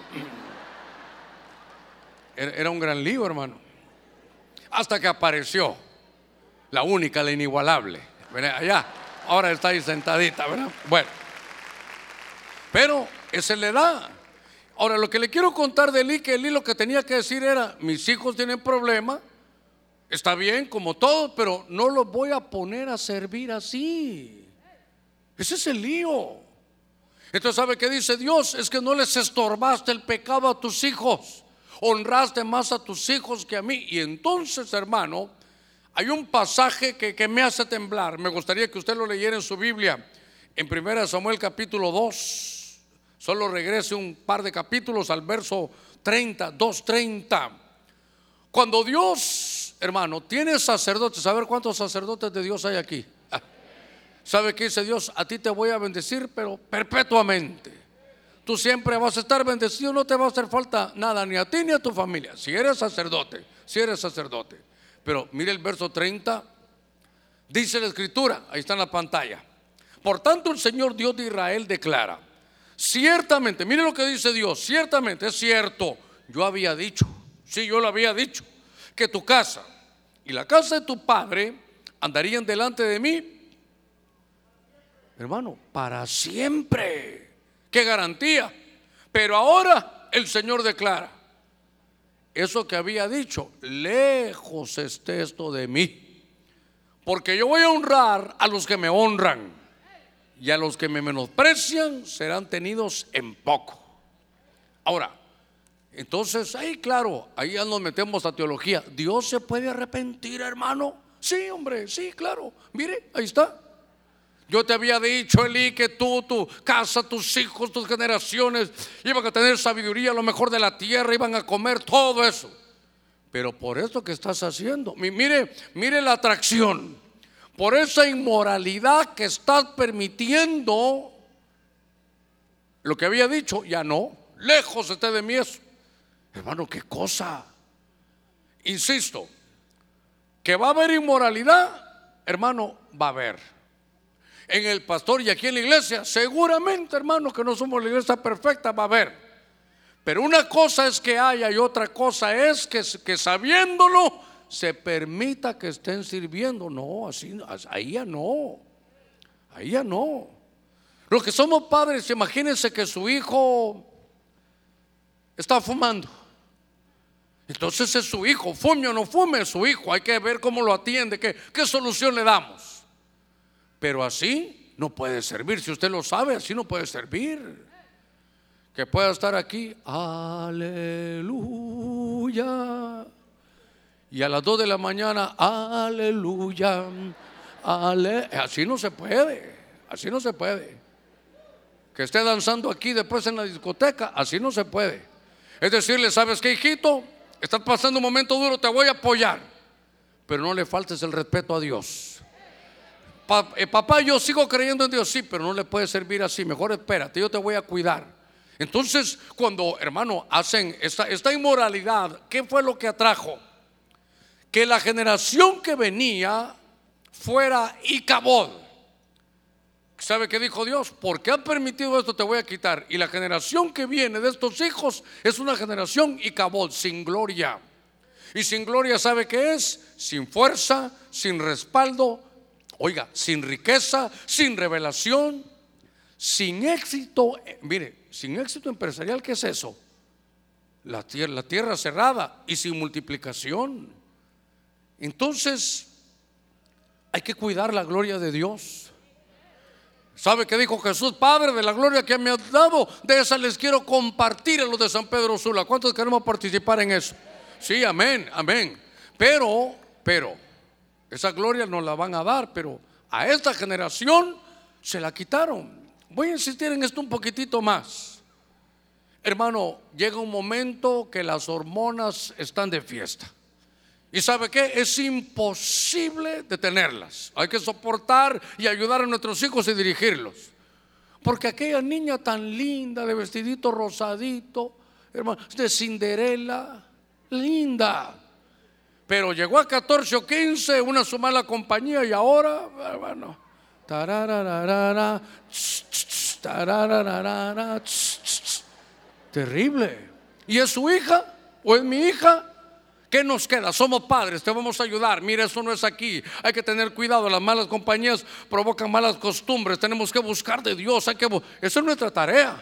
era un gran lío, hermano. Hasta que apareció la única, la inigualable. Allá, ahora está ahí sentadita, ¿verdad? Bueno, pero esa le da. Ahora, lo que le quiero contar de Elí, que Elí lo que tenía que decir era: mis hijos tienen problemas. Está bien, como todos, pero no los voy a poner a servir así. Ese es el lío. Entonces, ¿sabe qué dice Dios? Es que no les estorbaste el pecado a tus hijos. Honraste más a tus hijos que a mí. Y entonces, hermano, hay un pasaje que, que me hace temblar. Me gustaría que usted lo leyera en su Biblia. En primera Samuel capítulo dos. Solo regrese un par de capítulos al verso treinta, dos treinta. Cuando Dios, hermano, tiene sacerdotes. A ver cuántos sacerdotes de Dios hay aquí. ¿Sabe qué dice Dios? A ti te voy a bendecir, pero perpetuamente. Tú siempre vas a estar bendecido, no te va a hacer falta nada, ni a ti ni a tu familia. Si eres sacerdote, si eres sacerdote. Pero mire el verso treinta. Dice la escritura, ahí está en la pantalla. Por tanto, el Señor Dios de Israel declara: ciertamente, mire lo que dice Dios, ciertamente es cierto. Yo había dicho, sí, yo lo había dicho, que tu casa y la casa de tu padre andarían delante de mí, hermano, para siempre. ¡Qué garantía! Pero ahora el Señor declara: eso que había dicho, lejos esté esto de mí, porque yo voy a honrar a los que me honran, y a los que me menosprecian serán tenidos en poco. Ahora, entonces ahí claro, ahí ya nos metemos a teología. ¿Dios se puede arrepentir, hermano? Sí, hombre, sí, claro. Mire, ahí está. Yo te había dicho, Elí, que tú, tu casa, tus hijos, tus generaciones iban a tener sabiduría, lo mejor de la tierra, iban a comer todo eso. Pero por esto que estás haciendo, mire, mire la atracción, por esa inmoralidad que estás permitiendo, lo que había dicho, ya no, lejos esté de mí eso. Hermano, qué cosa. Insisto, que va a haber inmoralidad, hermano, va a haber. En el pastor y aquí en la iglesia, seguramente, hermano, que no somos la iglesia perfecta, va a haber. Pero una cosa es que haya y otra cosa es que, que sabiéndolo se permita que estén sirviendo. No, así, ahí ya no. Ahí ya no. Los que somos padres, imagínense que su hijo está fumando. Entonces es su hijo, fume o no fume, es su hijo. Hay que ver cómo lo atiende, qué, qué solución le damos. Pero así no puede servir. Si usted lo sabe, así no puede servir. Que pueda estar aquí, aleluya, y a las dos de la mañana, aleluya, ale. Así no se puede. Así no se puede. Que esté danzando aquí después en la discoteca, así no se puede. Es decirle, ¿sabes qué, hijito? Estás pasando un momento duro, te voy a apoyar, pero no le faltes el respeto a Dios. Pa, eh, papá, yo sigo creyendo en Dios, sí, pero no le puede servir así. Mejor espérate, yo te voy a cuidar. Entonces, cuando, hermano, hacen esta, esta inmoralidad, ¿qué fue lo que atrajo? Que la generación que venía fuera Icabod. ¿Sabe qué dijo Dios? Porque han permitido esto, te voy a quitar. Y la generación que viene de estos hijos es una generación Icabod, sin gloria. Y sin gloria, ¿sabe qué es? Sin fuerza, sin respaldo, oiga, sin riqueza, sin revelación, sin éxito. Mire, sin éxito empresarial, ¿qué es eso? La tierra, la tierra cerrada y sin multiplicación. Entonces hay que cuidar la gloria de Dios. ¿Sabe qué dijo Jesús? Padre, de la gloria que me has dado, de esa les quiero compartir a los de San Pedro Sula. ¿Cuántos queremos participar en eso? Sí, amén, amén. Pero, pero esa gloria nos la van a dar, pero a esta generación se la quitaron. Voy a insistir en esto un poquitito más. Hermano, llega un momento que las hormonas están de fiesta. ¿Y sabe qué? Es imposible detenerlas. Hay que soportar y ayudar a nuestros hijos y dirigirlos. Porque aquella niña tan linda, de vestidito rosadito, hermano, de Cinderela, linda. Pero llegó a catorce o quince, una su mala compañía, y ahora, hermano, tarararara, tss, tss, tarararara, tss, tss, terrible. ¿Y es su hija o es mi hija? ¿Qué nos queda? Somos padres, te vamos a ayudar. Mira, eso no es aquí. Hay que tener cuidado. Las malas compañías provocan malas costumbres. Tenemos que buscar de Dios. Hay que, esa es nuestra tarea.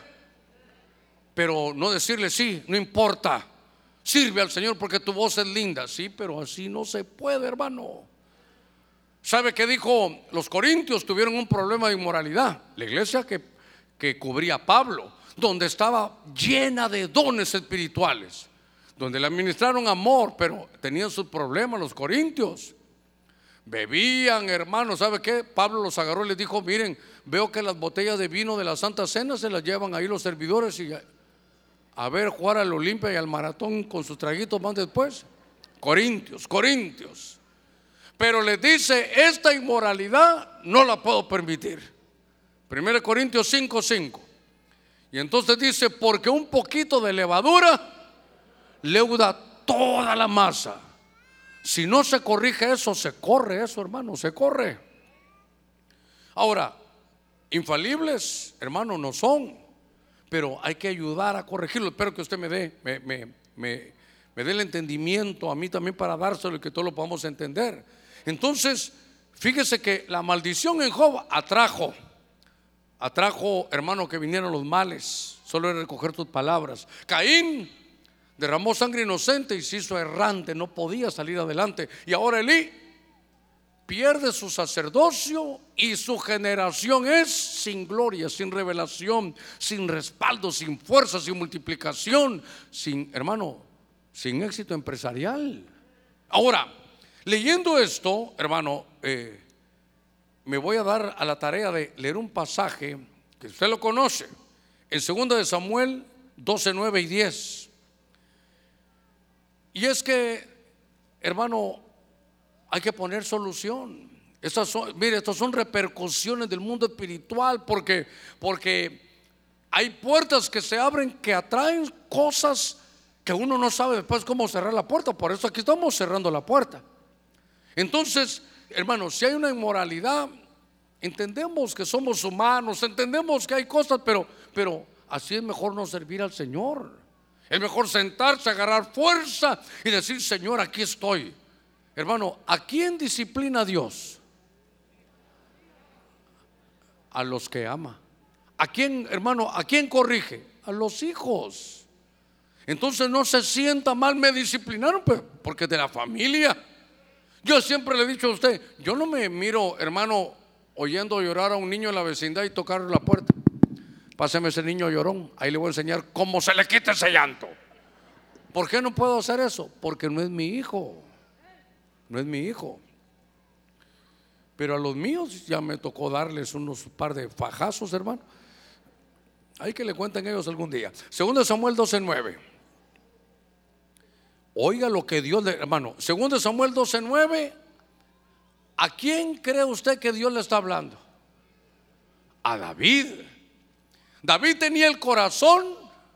Pero no decirle sí, no importa. Sirve al Señor porque tu voz es linda. Sí, pero así no se puede, hermano. ¿Sabe qué dijo? Los corintios tuvieron un problema de inmoralidad. La iglesia que, que cubría a Pablo, donde estaba llena de dones espirituales, donde le administraron amor, pero tenían sus problemas los corintios. Bebían, hermanos, ¿sabe qué? Pablo los agarró y les dijo: miren, veo que las botellas de vino de la Santa Cena se las llevan ahí los servidores, y a ver jugar al Olimpia y al Maratón con sus traguitos más después. Corintios, corintios. Pero les dice: esta inmoralidad no la puedo permitir. Primero Corintios cinco, cinco. Y entonces dice: porque un poquito de levadura leuda toda la masa. Si no se corrige eso, se corre eso, hermano, se corre. Ahora, infalibles, hermano, no son, pero hay que ayudar a corregirlo. Espero que usted me dé me, me, me, me dé el entendimiento a mí también para dárselo y que todos lo podamos entender. Entonces, fíjese que la maldición en Job atrajo Atrajo, hermano, que vinieran los males. Solo es recoger tus palabras. Caín derramó sangre inocente y se hizo errante, no podía salir adelante. Y ahora Elí pierde su sacerdocio y su generación es sin gloria, sin revelación, sin respaldo, sin fuerza, sin multiplicación, sin, hermano, sin éxito empresarial. Ahora, leyendo esto, hermano, eh, me voy a dar a la tarea de leer un pasaje que usted lo conoce, en segunda de Samuel doce, nueve y diez. Y es que, hermano, hay que poner solución. Estas son, mire, estas son repercusiones del mundo espiritual, porque, porque hay puertas que se abren que atraen cosas que uno no sabe después cómo cerrar la puerta. Por eso aquí estamos cerrando la puerta. Entonces, hermanos, si hay una inmoralidad, entendemos que somos humanos, entendemos que hay cosas, pero, pero así es mejor no servir al Señor. Es mejor sentarse, agarrar fuerza y decir: Señor, aquí estoy. Hermano, ¿a quién disciplina Dios? A los que ama. ¿A quién, hermano? ¿A quién corrige? A los hijos. Entonces no se sienta mal, me disciplinaron, porque de la familia. Yo siempre le he dicho a usted, yo no me miro, hermano, oyendo llorar a un niño en la vecindad y tocarle la puerta. Páseme ese niño llorón, ahí le voy a enseñar cómo se le quita ese llanto. ¿Por qué no puedo hacer eso? Porque no es mi hijo. No es mi hijo. Pero a los míos ya me tocó darles unos par de fajazos, hermano. Hay que le cuenten ellos algún día. Segundo Samuel doce, nueve. Oiga lo que Dios le, hermano, segundo Samuel doce, nueve. ¿A quién cree usted que Dios le está hablando? A David. David tenía el corazón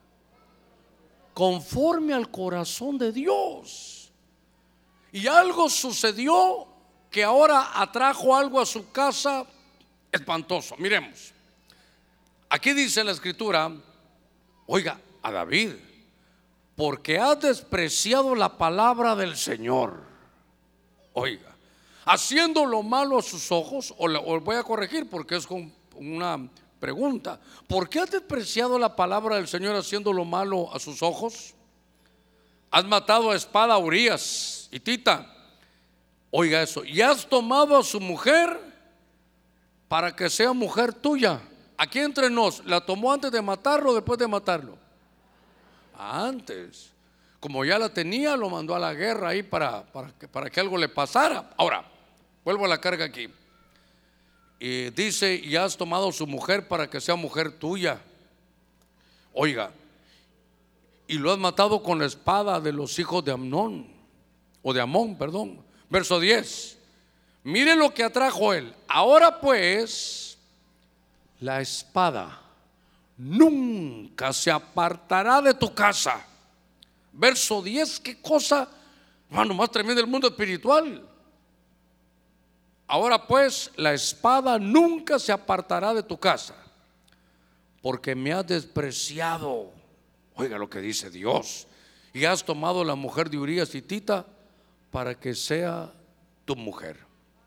conforme al corazón de Dios. Y algo sucedió que ahora atrajo algo a su casa espantoso. Miremos. Aquí dice la escritura, oiga, a David, porque has despreciado la palabra del Señor. Oiga, haciendo lo malo a sus ojos, o, la, o voy a corregir porque es con una pregunta. ¿Por qué has despreciado la palabra del Señor haciendo lo malo a sus ojos? Has matado a espada a Urías, hitita. Oiga eso. Y has tomado a su mujer para que sea mujer tuya. Aquí entre nos, ¿la tomó antes de matarlo o después de matarlo? Antes. Como ya la tenía, lo mandó a la guerra ahí para, para, que, para que algo le pasara. Ahora, vuelvo a la carga aquí. Y dice: y has tomado a su mujer para que sea mujer tuya. Oiga, y lo has matado con la espada de los hijos de Amnón, o de Amón, perdón. Verso diez. Mire lo que atrajo él. Ahora pues, la espada nunca se apartará de tu casa. Verso diez. Qué cosa, hermano, más tremenda del mundo espiritual. Ahora pues, la espada nunca se apartará de tu casa, porque me has despreciado. Oiga lo que dice Dios. Y has tomado la mujer de Urías hitita para que sea tu mujer.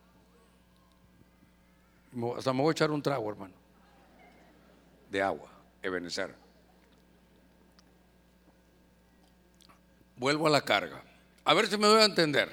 Hasta me voy a echar un trago, hermano, de agua, Ebenezer. Vuelvo a la carga. A ver si me doy a entender.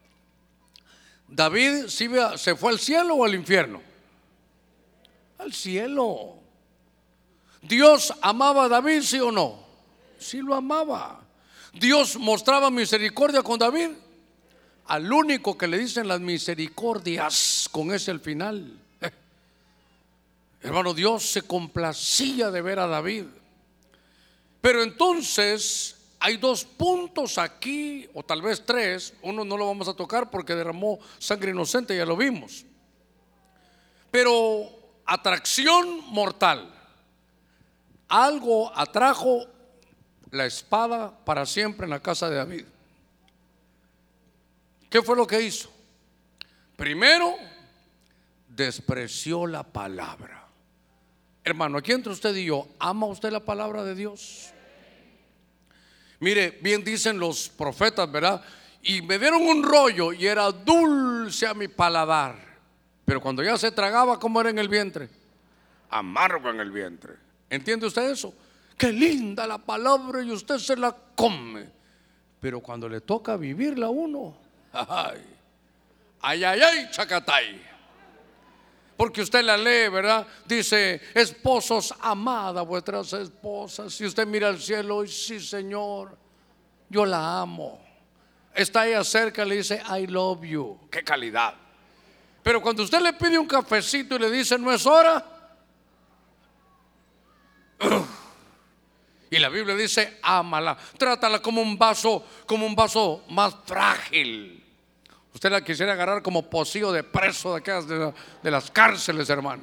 David se fue al cielo o al infierno. Al cielo. Dios amaba a David, ¿sí o no? Sí lo amaba. Dios mostraba misericordia con David. Al único que le dicen las misericordias, con ese el final. Eh. Hermano, Dios se complacía de ver a David. Pero entonces hay dos puntos aquí, o tal vez tres. Uno no lo vamos a tocar porque derramó sangre inocente, ya lo vimos. Pero atracción mortal. Algo atrajo la espada para siempre en la casa de David. ¿Qué fue lo que hizo? Primero, despreció la palabra. Hermano, aquí entre usted y yo, ¿ama usted la palabra de Dios? Mire, bien dicen los profetas, ¿verdad? Y me dieron un rollo y era dulce a mi paladar. Pero cuando ya se tragaba, ¿cómo era en el vientre? Amargo en el vientre. ¿Entiende usted eso? qué linda la palabra y usted se la come. Pero cuando le toca vivirla a uno, ay, ay, ay, ay, chacatay. Porque usted la lee, ¿verdad? Dice, esposos, amad a vuestras esposas. Y usted mira al cielo y sí, Señor, yo la amo. Está ella cerca, le dice, I love you. Qué calidad. Pero cuando usted le pide un cafecito y le dice, no es hora, y la Biblia dice, ámala, trátala como un vaso, como un vaso más frágil. Usted la quisiera agarrar como pocillo de preso de, aquellas, de, de las cárceles, hermano.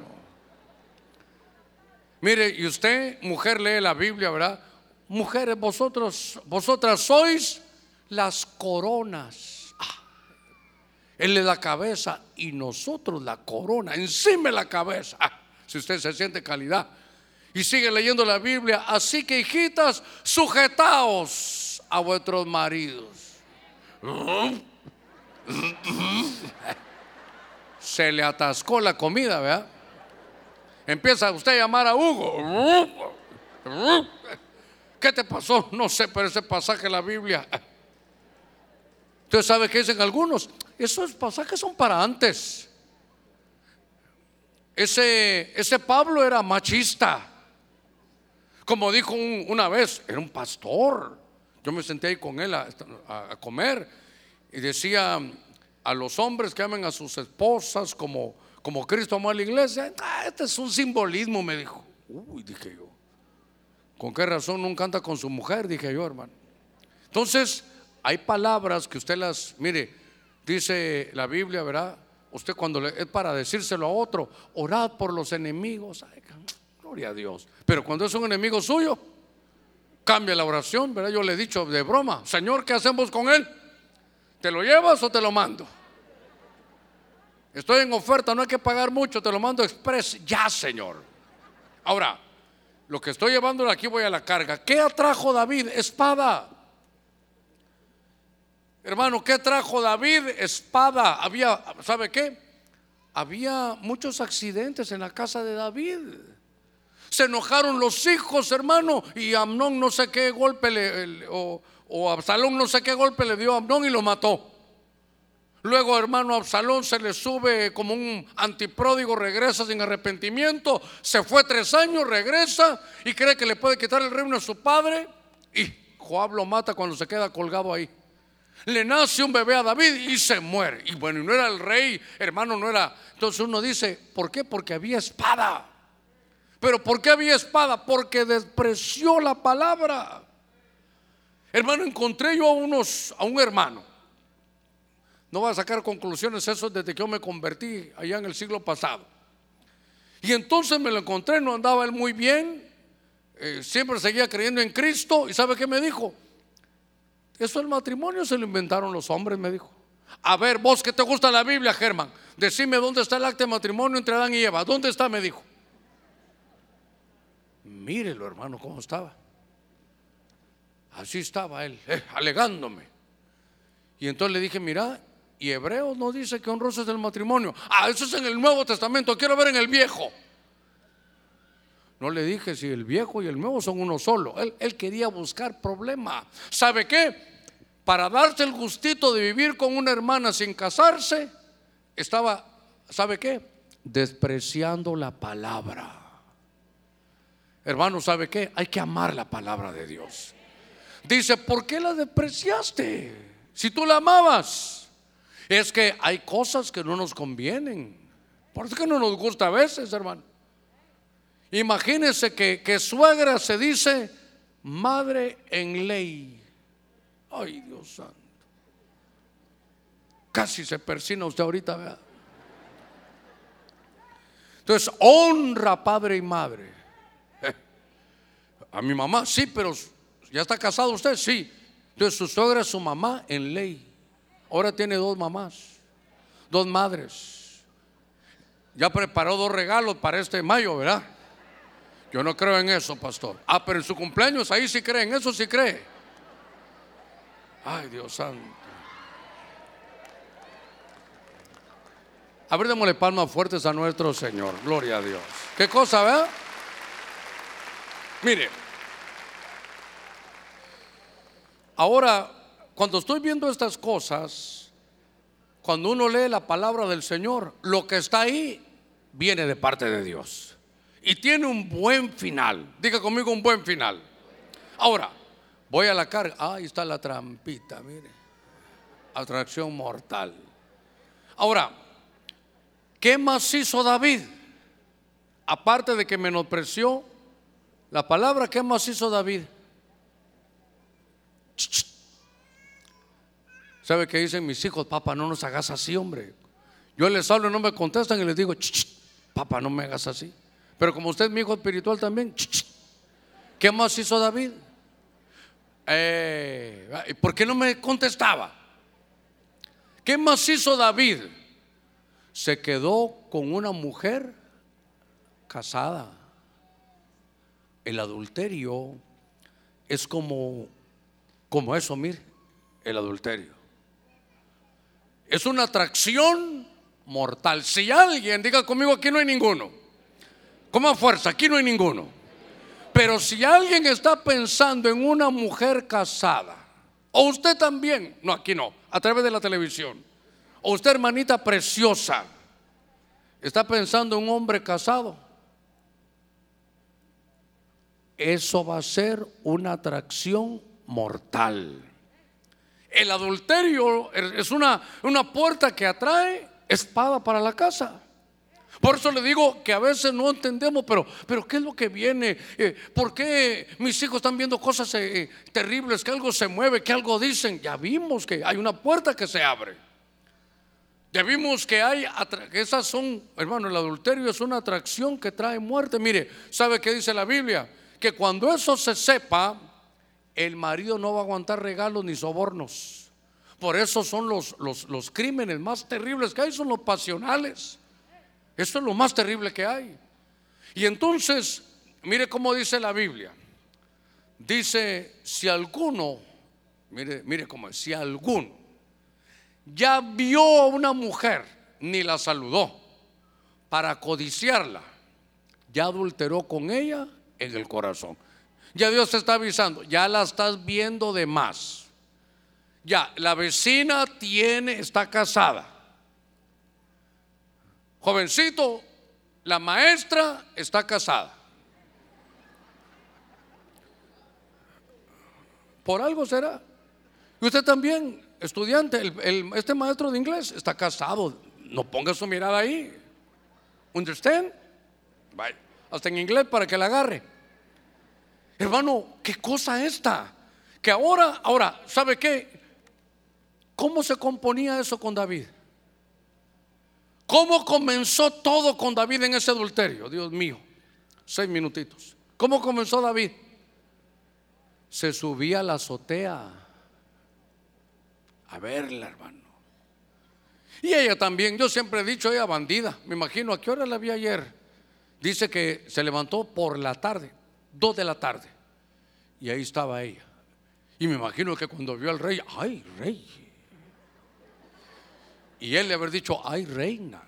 Mire, y usted, mujer, lee la Biblia, ¿verdad? Mujeres, vosotros, vosotras sois las coronas. Ah, él es la cabeza y nosotros la corona, encima de la cabeza. Ah, si usted se siente calidad. Y sigue leyendo la Biblia. Así que, hijitas, sujetaos a vuestros maridos. Se le atascó la comida, ¿verdad? Empieza usted a llamar a Hugo. ¿Qué te pasó? No sé, pero ese pasaje de la Biblia. Usted sabe que dicen algunos, esos pasajes son para antes. Ese, ese Pablo era machista. Como dijo un, una vez, era un pastor. Yo me senté ahí con él a, a, a comer y decía a los hombres que amen a sus esposas como, como Cristo amó a la iglesia. Ah, este es un simbolismo, me dijo. Uy, dije yo, ¿con qué razón nunca anda con su mujer? Dije yo, hermano. Entonces, hay palabras que usted las, mire, dice la Biblia, ¿verdad? Usted cuando le, es para decírselo a otro, orad por los enemigos. Ay, gloria a Dios. Pero cuando es un enemigo suyo, cambia la oración, ¿verdad? Yo le he dicho de broma, Señor, ¿qué hacemos con él? ¿Te lo llevas o te lo mando? Estoy en oferta, no hay que pagar mucho, te lo mando express. Ya, Señor. Ahora, lo que estoy llevándole aquí, voy a la carga. ¿Qué atrajo David? Espada. Hermano, ¿qué trajo David? Espada. Había, ¿sabe qué? Había muchos accidentes en la casa de David. Se enojaron los hijos, hermano, y Amnón no sé qué golpe le, le, o, o Absalón no sé qué golpe le dio a Amnón y lo mató. Luego, hermano, Absalón se le sube como un antipródigo, regresa sin arrepentimiento, se fue tres años, regresa y cree que le puede quitar el reino a su padre, y Joab lo mata cuando se queda colgado ahí. Le nace un bebé a David y se muere. Y bueno, y no era el rey, hermano, no era. Entonces uno dice, ¿por qué? Porque había espada. ¿Pero por qué había espada? Porque despreció la palabra. Hermano, encontré yo a unos, a un hermano. No voy a sacar conclusiones, eso desde que yo me convertí allá en el siglo pasado. Y entonces me lo encontré, no andaba él muy bien, eh, siempre seguía creyendo en Cristo. ¿Y sabe qué me dijo? Eso el matrimonio se lo inventaron los hombres, me dijo. A ver, vos que te gusta la Biblia, Germán, decime dónde está el acta de matrimonio entre Adán y Eva. ¿Dónde está? Me dijo. Mírelo, hermano, cómo estaba. Así estaba él, eh, alegándome. Y entonces le dije, mira, y Hebreos no dice que honroso es el matrimonio. Ah, eso es en el Nuevo Testamento, quiero ver en el Viejo. No le dije si el Viejo y el Nuevo son uno solo. Él, él quería buscar problema. ¿Sabe qué? Para darse el gustito de vivir con una hermana sin casarse, estaba, ¿sabe qué? Despreciando la palabra. Hermano, ¿sabe qué? Hay que amar la palabra de Dios. Dice, ¿por qué la despreciaste? Si tú la amabas. Es que hay cosas que no nos convienen. Por eso que no nos gusta a veces, hermano. Imagínense que, que suegra se dice madre en ley. Ay, Dios santo. Casi se persina usted ahorita, ¿verdad? Entonces, honra padre y madre. Eh, a mi mamá, sí, pero ¿ya está casado usted? Sí. Entonces su suegra es su mamá en ley. Ahora tiene dos mamás, dos madres. Ya preparó dos regalos para este mayo, ¿verdad? Yo no creo en eso, pastor. Ah, pero en su cumpleaños ahí sí cree, en eso sí cree. Ay, Dios santo. A ver, démosle palmas fuertes a nuestro Señor. Gloria a Dios. ¿Qué cosa, verdad? Mire, ahora, cuando estoy viendo estas cosas, cuando uno lee la palabra del Señor, lo que está ahí viene de parte de Dios y tiene un buen final. Diga conmigo, un buen final. Ahora, voy a la carga. Ah, ahí está la trampita, mire. Atracción mortal. Ahora, ¿qué más hizo David? Aparte de que menospreció la palabra, ¿qué más hizo David? ¿Sabe qué dicen mis hijos? Papá, no nos hagas así, hombre. Yo les hablo y no me contestan y les digo, papá, no me hagas así. Pero como usted es mi hijo espiritual también, ¿qué más hizo David? Eh, ¿Por qué no me contestaba? ¿Qué más hizo David? Se quedó con una mujer casada. El adulterio es como, como eso, mire, el adulterio. Es una atracción mortal. Si alguien, diga conmigo, aquí no hay ninguno. Con fuerza, aquí no hay ninguno. Pero si alguien está pensando en una mujer casada, o usted también, no, aquí no, a través de la televisión, o usted, hermanita preciosa, está pensando en un hombre casado, eso va a ser una atracción mortal. El adulterio es una, una puerta que atrae espada para la casa. Por eso le digo que a veces no entendemos, pero, pero ¿qué es lo que viene? Eh, ¿Por qué mis hijos están viendo cosas eh, terribles? Que algo se mueve, que algo dicen. Ya vimos que hay una puerta que se abre. Ya vimos que hay, que esas son, hermano, el adulterio es una atracción que trae muerte. Mire, ¿sabe qué dice la Biblia? Que cuando eso se sepa, el marido no va a aguantar regalos ni sobornos. Por eso son los, los, los crímenes más terribles que hay, son los pasionales. Eso es lo más terrible que hay. Y entonces, mire cómo dice la Biblia. Dice, si alguno, mire, mire cómo es, si alguno ya vio a una mujer, ni la saludó, para codiciarla, ya adulteró con ella en el corazón. Ya Dios te está avisando, ya la estás viendo de más. Ya, la vecina tiene, está casada. Jovencito, la maestra está casada. Por algo será. Y usted también, estudiante, el, el, este maestro de inglés está casado. No ponga su mirada ahí. ¿Understand? Vaya, hasta en inglés para que la agarre. Hermano, qué cosa esta. Que ahora, ahora, ¿sabe qué? ¿Cómo se componía eso con David? ¿Cómo comenzó todo con David en ese adulterio? Dios mío, seis minutitos. ¿Cómo comenzó David? Se subía a la azotea a verla, hermano. Y ella también, yo siempre he dicho, ella bandida. Me imagino, ¿a qué hora la vi ayer? Dice que se levantó por la tarde, dos de la tarde, y ahí estaba ella. Y me imagino que cuando vio al rey, ay, rey. Y él le haber dicho, ay, reina.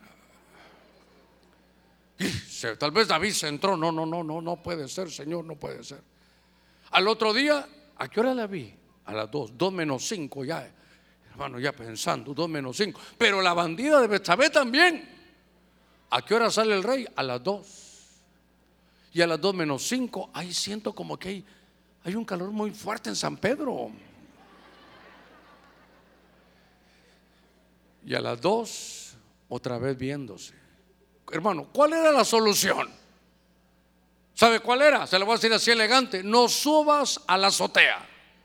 Y se, tal vez David se entró, no, no, no, no, no puede ser, Señor, no puede ser. Al otro día, ¿a qué hora la vi? A las dos, dos menos cinco ya, hermano, ya pensando, dos menos cinco. Pero la bandida de Betsabé también. ¿A qué hora sale el rey? A las dos. Y a las dos menos cinco, ahí siento como que hay, hay un calor muy fuerte en San Pedro. Y a las dos, otra vez viéndose. Hermano, ¿cuál era la solución? ¿Sabe cuál era? Se lo voy a decir así elegante. No subas a la azotea.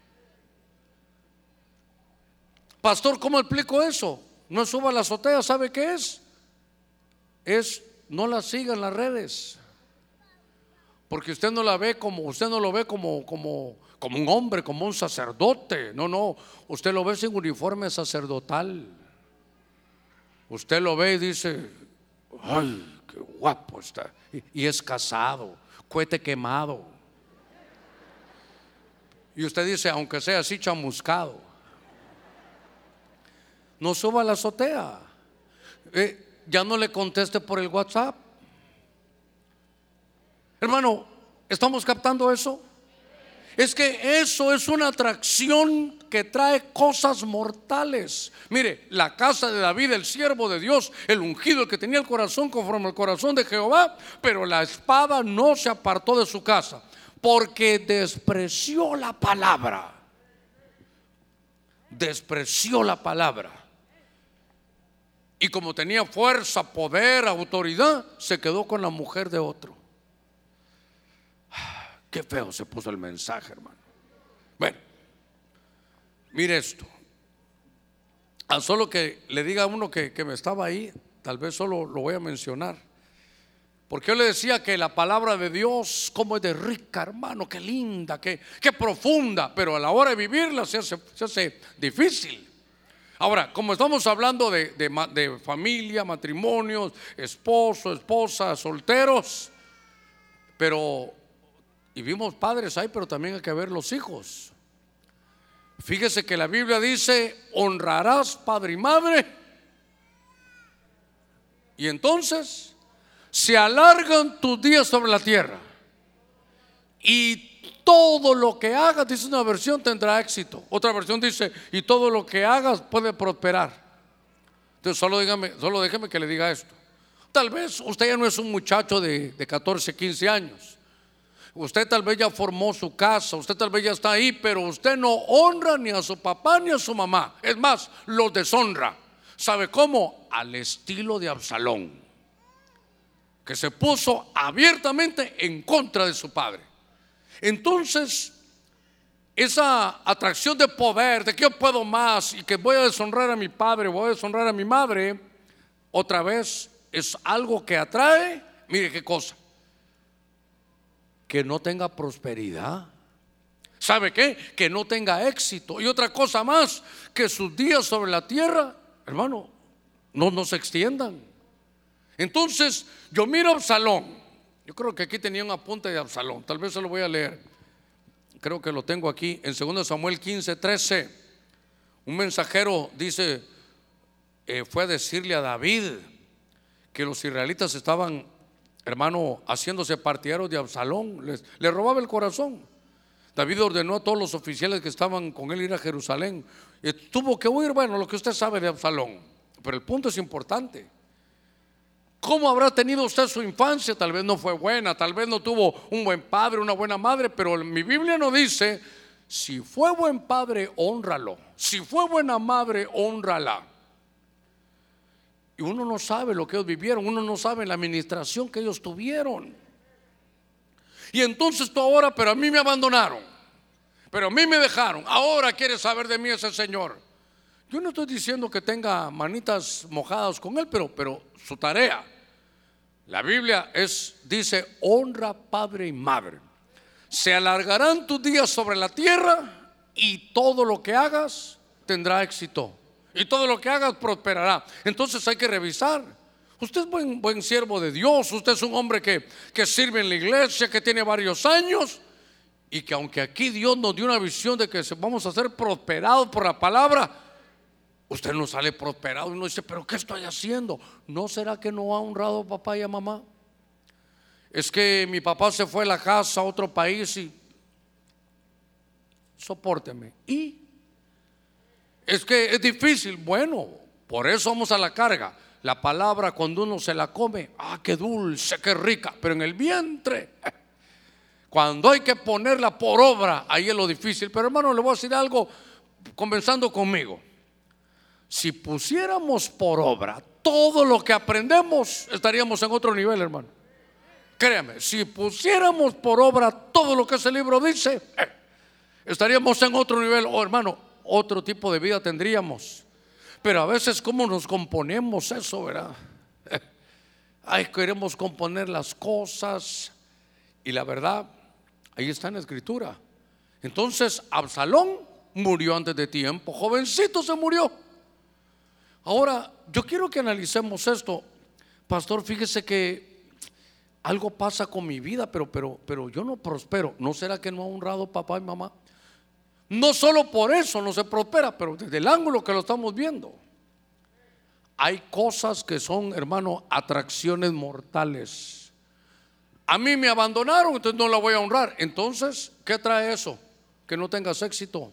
Pastor, ¿cómo explico eso? No suba a la azotea, ¿sabe qué es? Es no la siga en las redes. Porque usted no la ve como, usted no lo ve como, como, como un hombre, como un sacerdote. No, no, usted lo ve sin uniforme sacerdotal. Usted lo ve y dice, ay, qué guapo está. Y, y es casado, cohete quemado. Y usted dice, aunque sea así chamuscado, no suba a la azotea. Eh, ya no le conteste por el WhatsApp. Hermano, ¿estamos captando eso? Es que eso es una atracción que trae cosas mortales. Mire, la casa de David, el siervo de Dios, el ungido, el que tenía el corazón conforme al corazón de Jehová, pero la espada no se apartó de su casa, porque despreció la palabra. Despreció la palabra. Y como tenía fuerza, poder, autoridad, se quedó con la mujer de otro. Qué feo se puso el mensaje, hermano. Bueno, mire esto. A solo que le diga a uno que, que me estaba ahí, tal vez solo lo voy a mencionar. Porque yo le decía que la palabra de Dios, como es de rica, hermano, qué linda, qué, qué profunda, pero a la hora de vivirla se hace, se hace difícil. Ahora, como estamos hablando de, de, de familia, matrimonios, esposo, esposa, solteros, pero, y vimos padres ahí, pero también hay que ver los hijos. Fíjese que la Biblia dice: honrarás padre y madre, y entonces se alargan tus días sobre la tierra, y todo lo que hagas, dice una versión, tendrá éxito. Otra versión dice: y todo lo que hagas puede prosperar. Entonces solo dígame, solo déjeme que le diga esto. Tal vez usted ya no es un muchacho de, de catorce, quince años. Usted tal vez ya formó su casa, usted tal vez ya está ahí, pero usted no honra ni a su papá ni a su mamá. Es más, los deshonra. ¿Sabe cómo? Al estilo de Absalón, que se puso abiertamente en contra de su padre. Entonces, esa atracción de poder, de que yo puedo más y que voy a deshonrar a mi padre, voy a deshonrar a mi madre, otra vez es algo que atrae. Mire qué cosa: que no tenga prosperidad. ¿Sabe qué? Que no tenga éxito. Y otra cosa más, que sus días sobre la tierra, hermano, no, no se extiendan. Entonces yo miro a Absalón. Yo creo que aquí tenía un apunte de Absalón, tal vez se lo voy a leer. Creo que lo tengo aquí en segundo Samuel quince, trece. Un mensajero dice, eh, fue a decirle a David que los israelitas estaban, hermano, haciéndose partidarios de Absalón. Les, le robaba el corazón. David ordenó a todos los oficiales que estaban con él ir a Jerusalén. Y tuvo que huir. Bueno, lo que usted sabe de Absalón, pero el punto es importante. ¿Cómo habrá tenido usted su infancia? Tal vez no fue buena, tal vez no tuvo un buen padre, una buena madre, pero mi Biblia no dice: si fue buen padre, hónralo; si fue buena madre, hónrala. Y uno no sabe lo que ellos vivieron, uno no sabe la administración que ellos tuvieron. Y entonces tú ahora, pero a mí me abandonaron, pero a mí me dejaron, ahora quiere saber de mí ese señor. Yo no estoy diciendo que tenga manitas mojadas con él, pero, pero su tarea, la Biblia es, dice: honra padre y madre. Se alargarán tus días sobre la tierra, y todo lo que hagas tendrá éxito, y todo lo que hagas prosperará. Entonces hay que revisar. Usted es buen, buen siervo de Dios, usted es un hombre que, que sirve en la iglesia, que tiene varios años, y que aunque aquí Dios nos dio una visión de que vamos a ser prosperados por la palabra, usted no sale prosperado y no dice: pero ¿qué estoy haciendo? ¿No será que no ha honrado a papá y a mamá? Es que mi papá se fue a la casa a otro país y sopórteme. Y es que es difícil. Bueno, por eso vamos a la carga. La palabra, cuando uno se la come, ah, qué dulce, qué rica, pero en el vientre, cuando hay que ponerla por obra, ahí es lo difícil. Pero hermano, le voy a decir algo, comenzando conmigo. Si pusiéramos por obra todo lo que aprendemos, estaríamos en otro nivel, hermano. Créame, si pusiéramos por obra todo lo que ese libro dice, eh, estaríamos en otro nivel. Oh, hermano, otro tipo de vida tendríamos. Pero a veces, ¿cómo nos componemos eso, verdad? Eh, ay, queremos componer las cosas. Y la verdad, ahí está en la escritura. Entonces Absalón murió antes de tiempo, jovencito se murió. Ahora, yo quiero que analicemos esto. Pastor, fíjese que algo pasa con mi vida, pero, pero, pero yo no prospero. ¿No será que no ha honrado papá y mamá? No solo por eso no se prospera, pero desde el ángulo que lo estamos viendo, hay cosas que son, hermano, atracciones mortales. A mí me abandonaron, entonces no la voy a honrar. Entonces, ¿qué trae eso? que no tengas éxito.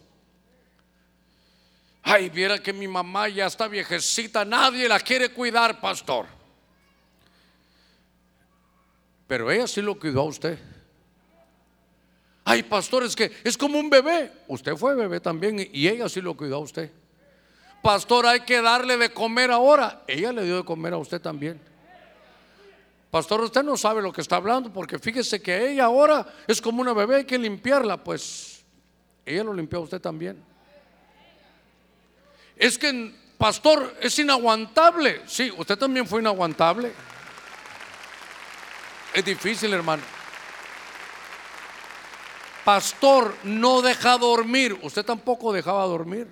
Ay, viera que mi mamá ya está viejecita, nadie la quiere cuidar, pastor. Pero ella sí lo cuidó a usted. Ay, pastor, es que es como un bebé. Usted fue bebé también y ella sí lo cuidó a usted. Pastor, hay que darle de comer ahora. Ella le dio de comer a usted también. Pastor, usted no sabe lo que está hablando, porque fíjese que ella ahora es como una bebé, hay que limpiarla. Pues ella lo limpió a usted también. Es que, pastor, es inaguantable. Sí, usted también fue inaguantable. Es difícil, hermano. Pastor, no deja dormir. Usted tampoco dejaba dormir.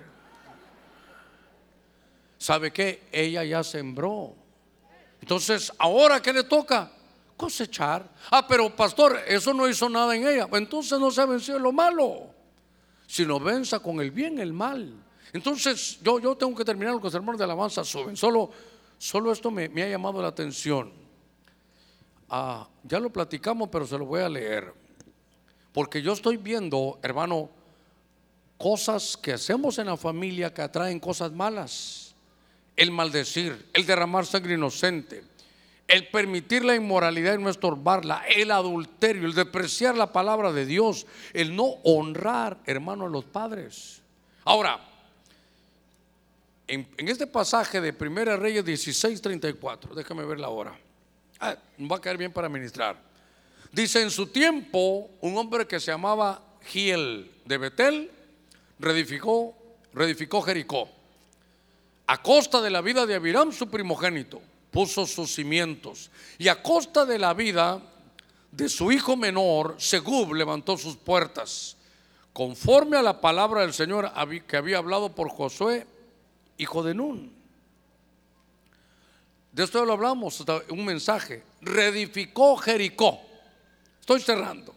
¿Sabe qué? Ella ya sembró. Entonces, ¿ahora qué le toca? Cosechar. Ah, pero pastor, eso no hizo nada en ella. Entonces no se venció lo malo, sino venza con el bien el mal. Entonces yo, yo tengo que terminar con los sermones de alabanza. Suben. Solo, solo esto me, me ha llamado la atención. Ah, ya lo platicamos, pero se lo voy a leer. Porque yo estoy viendo, hermano, cosas que hacemos en la familia que atraen cosas malas. El maldecir, el derramar sangre inocente, el permitir la inmoralidad y no estorbarla, el adulterio, el despreciar la palabra de Dios, el no honrar, hermano, a los padres. Ahora, en, en este pasaje de Primera Reyes dieciséis treinta y cuatro, déjame ver la hora. Ah, va a caer bien para ministrar. Dice: en su tiempo, un hombre que se llamaba Giel de Betel reedificó, reedificó Jericó. A costa de la vida de Abiram, su primogénito, puso sus cimientos. Y a costa de la vida de su hijo menor, Segub, levantó sus puertas, conforme a la palabra del Señor que había hablado por Josué, hijo de Nun. De esto lo hablamos, un mensaje. Reedificó Jericó. Estoy cerrando.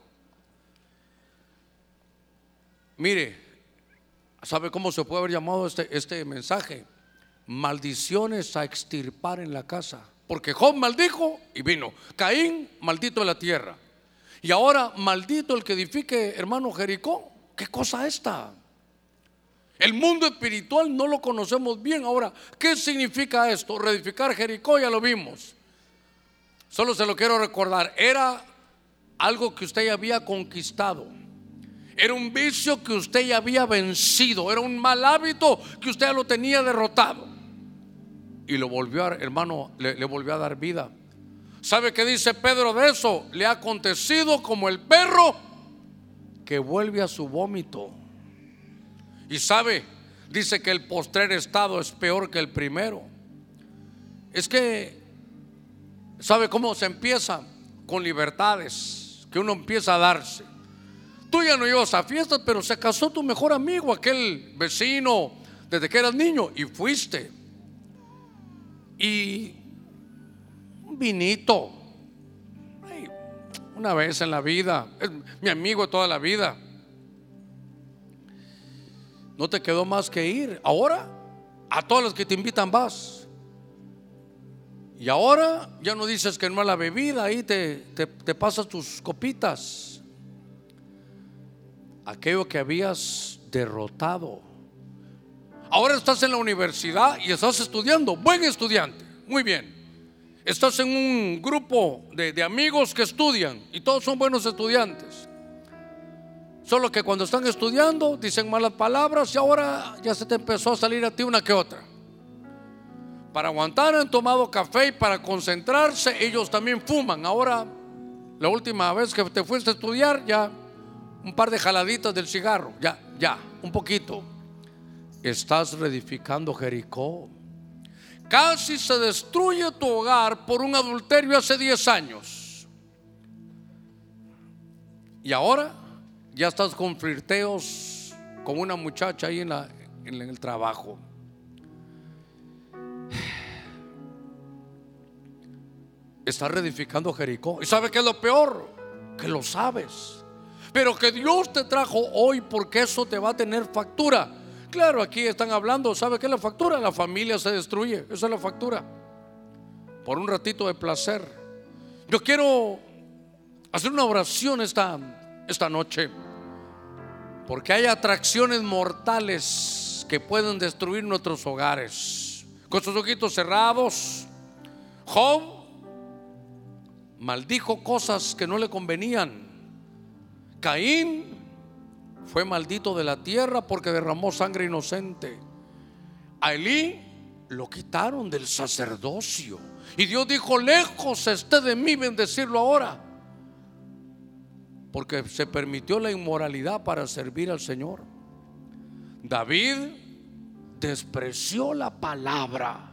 Mire, ¿sabe cómo se puede haber llamado este, este mensaje? Maldiciones a extirpar en la casa. Porque Job maldijo y vino. Caín, maldito de la tierra. Y ahora, maldito el que edifique, hermano, Jericó. ¿Qué cosa esta? El mundo espiritual no lo conocemos bien. Ahora, ¿qué significa esto? Reedificar Jericó, ya lo vimos. Solo se lo quiero recordar. Era algo que usted ya había conquistado. Era un vicio que usted ya había vencido. Era un mal hábito que usted ya lo tenía derrotado. Y lo volvió a, hermano, le, le volvió a dar vida. ¿Sabe qué dice Pedro de eso? Le ha acontecido como el perro que vuelve a su vómito. Y sabe, dice que el postrer estado es peor que el primero. Es que, ¿sabe cómo se empieza? Con libertades que uno empieza a darse. Tú ya no ibas a fiestas, pero se casó tu mejor amigo, aquel vecino, desde que eras niño, y fuiste. Y un vinito, ay, una vez en la vida, es mi amigo toda la vida. No te quedó más que ir. Ahora a todos los que te invitan vas. Y ahora ya no dices que no a la bebida, ahí te, te, te pasas tus copitas. Aquello que habías derrotado. Ahora estás en la universidad y estás estudiando. Buen estudiante, muy bien. Estás en un grupo de, de amigos que estudian y todos son buenos estudiantes. Solo que cuando están estudiando dicen malas palabras y ahora ya se te empezó a salir a ti una que otra. Para aguantar han tomado café y para concentrarse ellos también fuman. Ahora, la última vez que te fuiste a estudiar, ya un par de jaladitas del cigarro, ya, ya, un poquito. Estás reedificando Jericó. Casi se destruye tu hogar por un adulterio hace diez años. Y ahora ya estás con flirteos con una muchacha ahí en, la, en el trabajo. Estás reedificando Jericó. ¿Y sabe qué es lo peor? Que lo sabes, pero que Dios te trajo hoy porque eso te va a tener factura. Claro, aquí están hablando, ¿sabe qué es la factura? La familia se destruye, esa es la factura. Por un ratito de placer. Yo quiero hacer una oración esta, esta noche. Porque hay atracciones mortales que pueden destruir nuestros hogares. Con sus ojitos cerrados, Job maldijo cosas que no le convenían. Caín fue maldito de la tierra porque derramó sangre inocente. A Elí lo quitaron del sacerdocio y Dios dijo: lejos esté de mí bendecirlo ahora, porque se permitió la inmoralidad para servir al Señor. David despreció la palabra.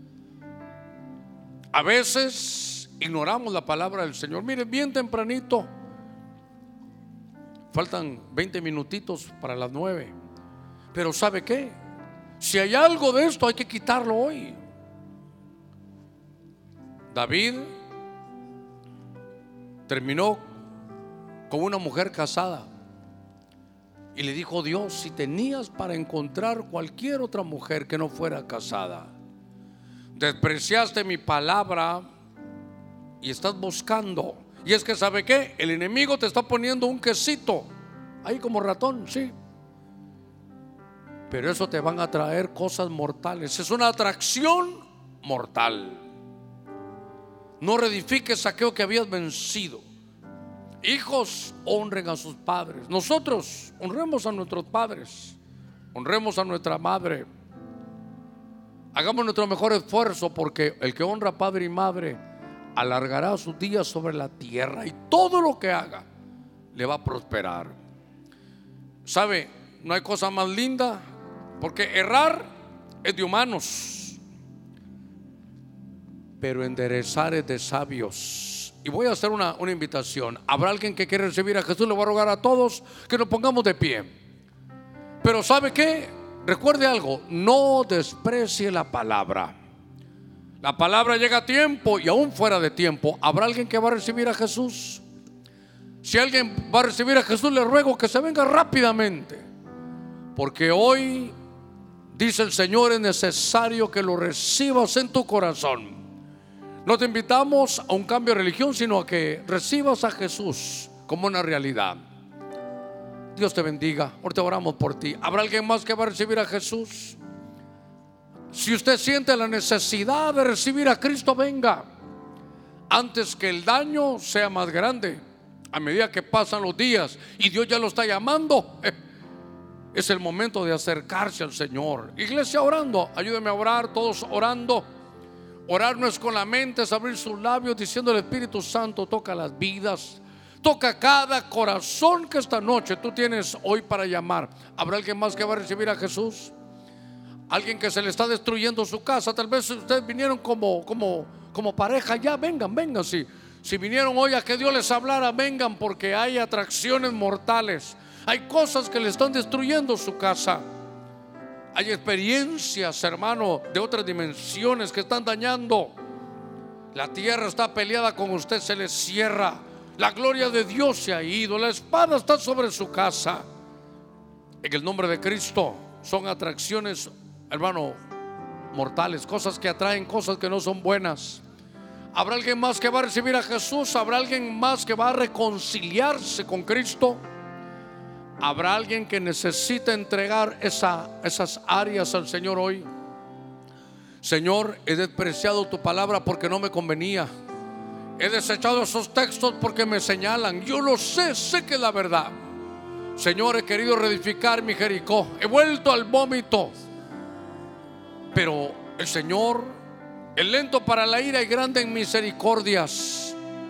A veces ignoramos la palabra del Señor. Mire, bien tempranito, faltan veinte minutitos para las nueve. Pero ¿sabe qué? Si hay algo de esto, hay que quitarlo hoy. David terminó con una mujer casada y le dijo: Dios, si tenías para encontrar cualquier otra mujer que no fuera casada, despreciaste mi palabra y estás buscando. Y es que ¿sabe qué? El enemigo te está poniendo un quesito ahí como ratón, sí, pero eso te van a traer cosas mortales. Es una atracción mortal. No reedifiques aquello que habías vencido. Hijos, honren a sus padres. Nosotros honremos a nuestros padres, honremos a nuestra madre. Hagamos nuestro mejor esfuerzo, porque el que honra padre y madre alargará sus días sobre la tierra, y todo lo que haga le va a prosperar. ¿Sabe? No hay cosa más linda, porque errar es de humanos, pero enderezar es de sabios. Y voy a hacer una, una invitación. ¿Habrá alguien que quiere recibir a Jesús? Le voy a rogar a todos que nos pongamos de pie. Pero ¿sabe qué? Recuerde algo: no desprecie la palabra. La palabra llega a tiempo y aún fuera de tiempo. ¿Habrá alguien que va a recibir a Jesús? Si alguien va a recibir a Jesús, le ruego que se venga rápidamente, porque hoy, dice el Señor, es necesario que lo recibas en tu corazón. No te invitamos a un cambio de religión, sino a que recibas a Jesús como una realidad. Dios te bendiga. Ahorita oramos por ti. ¿Habrá alguien más que va a recibir a Jesús? Si usted siente la necesidad de recibir a Cristo, venga, antes que el daño sea más grande. A medida que pasan los días y Dios ya lo está llamando, eh, es el momento de acercarse al Señor. Iglesia, orando, ayúdeme a orar, todos orando. Orar no es con la mente, es abrir sus labios diciendo: el Espíritu Santo toca las vidas, toca cada corazón que esta noche tú tienes hoy para llamar. ¿Habrá alguien más que va a recibir a Jesús? Alguien que se le está destruyendo su casa. Tal vez ustedes vinieron como, como, como pareja. Ya vengan, vengan. Si, si vinieron hoy a que Dios les hablara, vengan, porque hay atracciones mortales. Hay cosas que le están destruyendo su casa. Hay experiencias, hermano, de otras dimensiones que están dañando. La tierra está peleada con usted, se le cierra. La gloria de Dios se ha ido. La espada está sobre su casa. En el nombre de Cristo, son atracciones, hermano, mortales, cosas que atraen, cosas que no son buenas. ¿Habrá alguien más que va a recibir a Jesús? ¿Habrá alguien más que va a reconciliarse con Cristo? ¿Habrá alguien que necesita entregar esa, esas áreas al Señor hoy? Señor, he despreciado tu palabra porque no me convenía. He desechado esos textos porque me señalan. Yo lo sé, sé que es la verdad. Señor, he querido reedificar mi Jericó. He vuelto al vómito. Pero el Señor, el lento para la ira y grande en misericordias.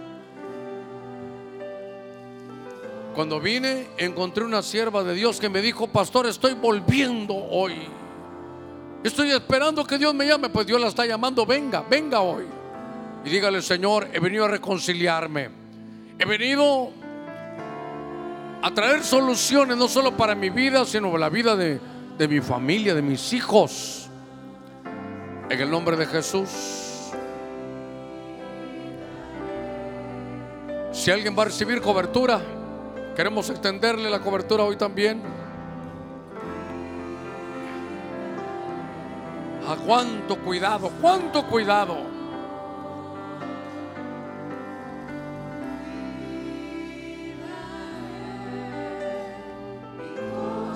Cuando vine, encontré una sierva de Dios que me dijo: pastor, estoy volviendo hoy. Estoy esperando que Dios me llame. Pues Dios la está llamando. Venga, venga hoy. Y dígale: Señor, he venido a reconciliarme. He venido a traer soluciones, no solo para mi vida, sino para la vida de, de mi familia, de mis hijos. En el nombre de Jesús. Si alguien va a recibir cobertura, queremos extenderle la cobertura hoy también. A cuánto cuidado, cuánto cuidado.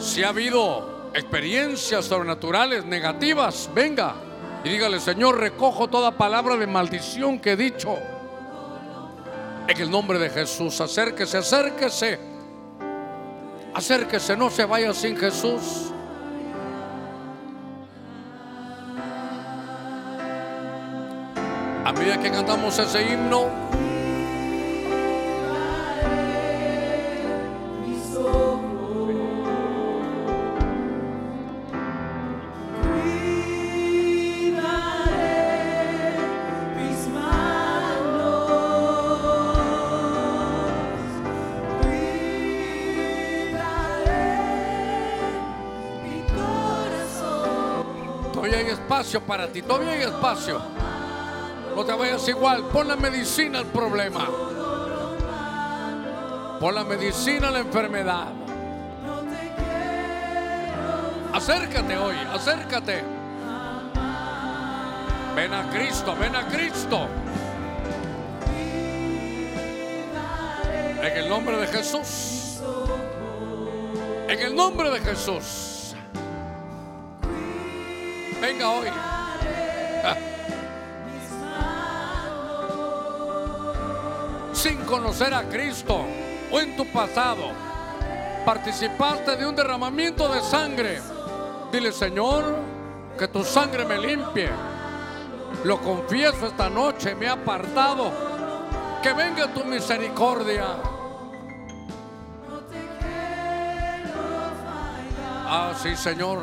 Si ha habido experiencias sobrenaturales negativas, venga y dígale: Señor, recojo toda palabra de maldición que he dicho. En el nombre de Jesús, acérquese, acérquese. Acérquese, no se vaya sin Jesús. A medida que cantamos ese himno, todavía hay espacio para ti, todavía hay espacio. No te vayas igual, pon la medicina al problema, pon la medicina a la enfermedad. Acércate hoy, acércate. Ven a Cristo, ven a Cristo. En el nombre de Jesús, en el nombre de Jesús. Venga hoy. Ah. Sin conocer a Cristo o en tu pasado participaste de un derramamiento de sangre, dile: Señor, que tu sangre me limpie. Lo confieso esta noche, me he apartado. Que venga tu misericordia. Ah, sí, Señor.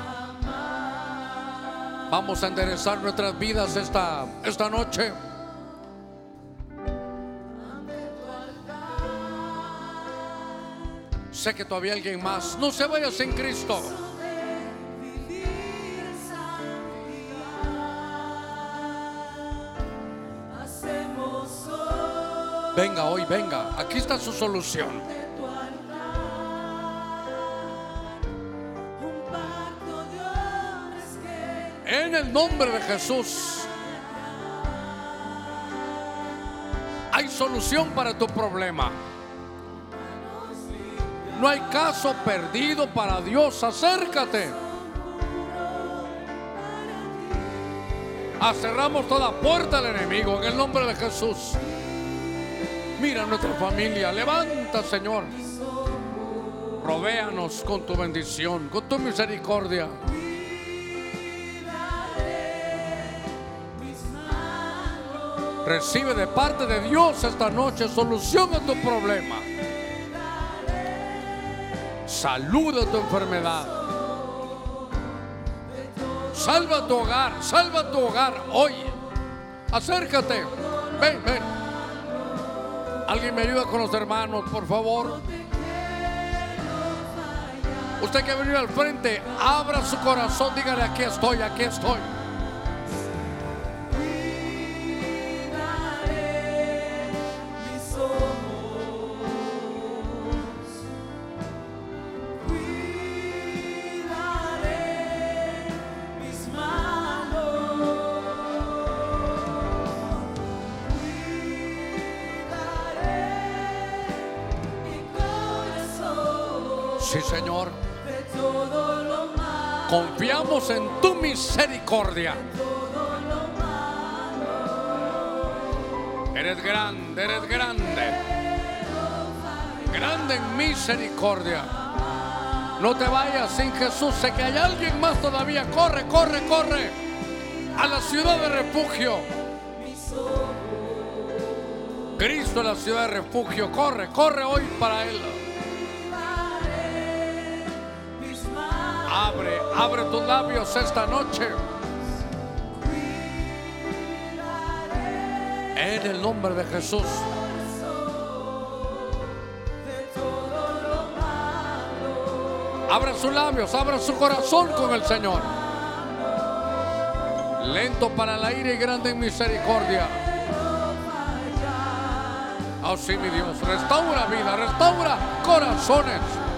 Vamos a enderezar nuestras vidas esta, esta noche. Sé que todavía alguien más. No se vaya sin Cristo. Venga hoy, venga. Aquí está su solución. En el nombre de Jesús hay solución para tu problema. No hay caso perdido para Dios. Acércate. Cerramos toda puerta al enemigo en el nombre de Jesús. Mira nuestra familia. Levanta, Señor. Rovéanos con tu bendición, con tu misericordia. Recibe de parte de Dios esta noche solución a tu problema. Salud a tu enfermedad. Salva tu hogar, salva tu hogar hoy. Acércate. Ven, ven. Alguien me ayuda con los hermanos, por favor. Usted que ha venido al frente, abra su corazón, dígale: aquí estoy, aquí estoy. Sí, Señor. Confiamos en tu misericordia. Eres grande, eres grande. Grande en misericordia. No te vayas sin Jesús. Sé que hay alguien más todavía. Corre, corre, corre a la ciudad de refugio. Cristo es la ciudad de refugio. Corre, corre hoy para Él. Abre, abre tus labios esta noche. En el nombre de Jesús. Abra sus labios, abra su corazón con el Señor. Lento para la ira y grande en misericordia. Oh sí, mi Dios, restaura vida, restaura corazones.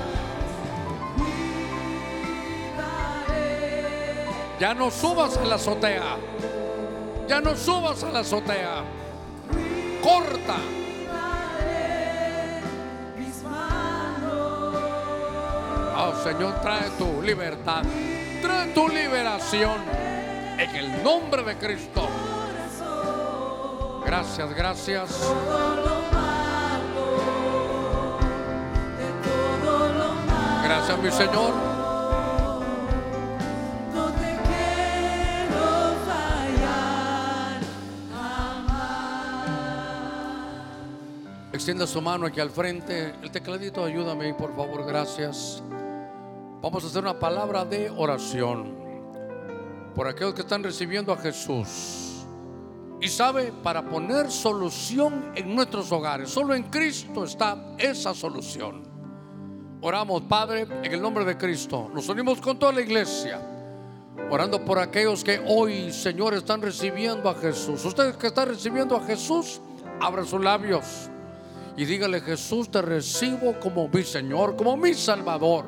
Ya no subas a la azotea. Ya no subas a la azotea. Corta. Oh Señor, trae tu libertad, trae tu liberación en el nombre de Cristo. Gracias, gracias. Gracias, mi Señor. No te quiero fallar jamás. Extienda su mano aquí al frente. El tecladito, ayúdame, por favor, gracias. Vamos a hacer una palabra de oración por aquellos que están recibiendo a Jesús. Y sabe, para poner solución en nuestros hogares, solo en Cristo está esa solución. Oramos, Padre, en el nombre de Cristo. Nos unimos con toda la iglesia, orando por aquellos que hoy, Señor, están recibiendo a Jesús. Ustedes que están recibiendo a Jesús, abran sus labios y dígale: Jesús, te recibo como mi Señor, como mi Salvador.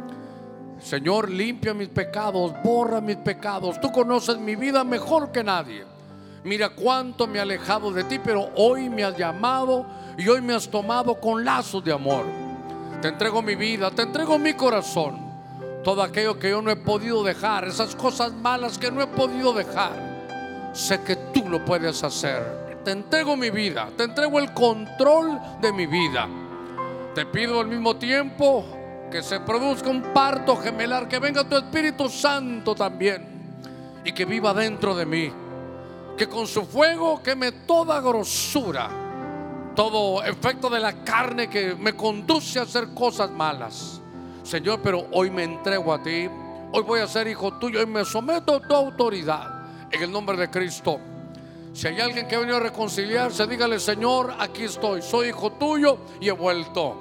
Señor, limpia mis pecados, borra mis pecados. Tú conoces mi vida mejor que nadie. Mira cuánto me he alejado de ti, pero hoy me has llamado y hoy me has tomado con lazos de amor. Te entrego mi vida, te entrego mi corazón, todo aquello que yo no he podido dejar, esas cosas malas que no he podido dejar. Sé que tú lo puedes hacer. Te entrego mi vida, te entrego el control de mi vida. Te pido al mismo tiempo que se produzca un parto gemelar, que venga tu Espíritu Santo también y que viva dentro de mí, que con su fuego queme toda grosura, todo efecto de la carne que me conduce a hacer cosas malas. Señor, pero hoy me entrego a ti. Hoy voy a ser hijo tuyo y me someto a tu autoridad en el nombre de Cristo. Si hay alguien que ha venido a reconciliarse, dígale: Señor, aquí estoy, soy hijo tuyo y he vuelto.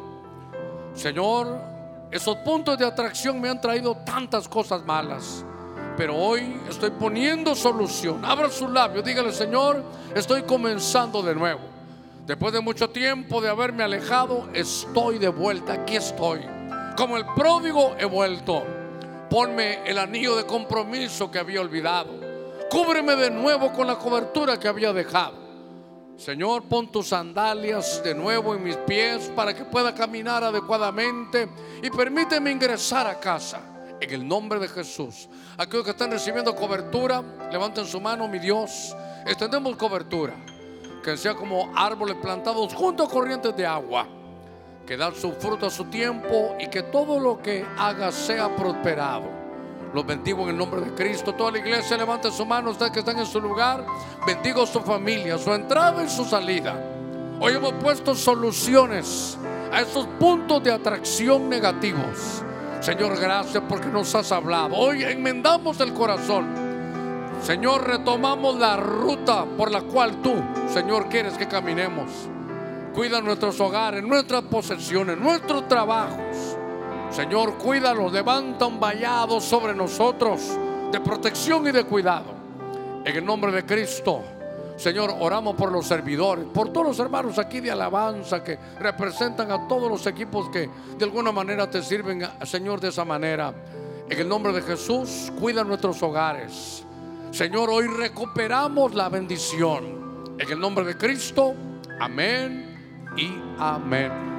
Señor, esos puntos de atracción me han traído tantas cosas malas, pero hoy estoy poniendo solución. Abra sus labios, dígale: Señor, estoy comenzando de nuevo. Después de mucho tiempo de haberme alejado, estoy de vuelta, aquí estoy. Como el pródigo he vuelto. Ponme el anillo de compromiso que había olvidado. Cúbreme de nuevo con la cobertura que había dejado. Señor, pon tus sandalias de nuevo en mis pies para que pueda caminar adecuadamente y permíteme ingresar a casa. En el nombre de Jesús. Aquellos que están recibiendo cobertura, levanten su mano, mi Dios. Extendemos cobertura, que sea como árboles plantados junto a corrientes de agua, que dan su fruto a su tiempo y que todo lo que haga sea prosperado. Los bendigo en el nombre de Cristo. Toda la iglesia levante su mano. Ustedes que están en su lugar, bendigo su familia, su entrada y su salida. Hoy hemos puesto soluciones a esos puntos de atracción negativos. Señor, gracias porque nos has hablado. Hoy enmendamos el corazón. Señor, retomamos la ruta por la cual tú, Señor, quieres que caminemos. Cuida nuestros hogares, nuestras posesiones, nuestros trabajos. Señor, cuídalos, levanta un vallado sobre nosotros de protección y de cuidado. En el nombre de Cristo, Señor, oramos por los servidores, por todos los hermanos aquí de alabanza que representan a todos los equipos que de alguna manera te sirven, Señor, de esa manera. En el nombre de Jesús, cuida nuestros hogares. Señor, hoy recuperamos la bendición. En el nombre de Cristo, amén y amén.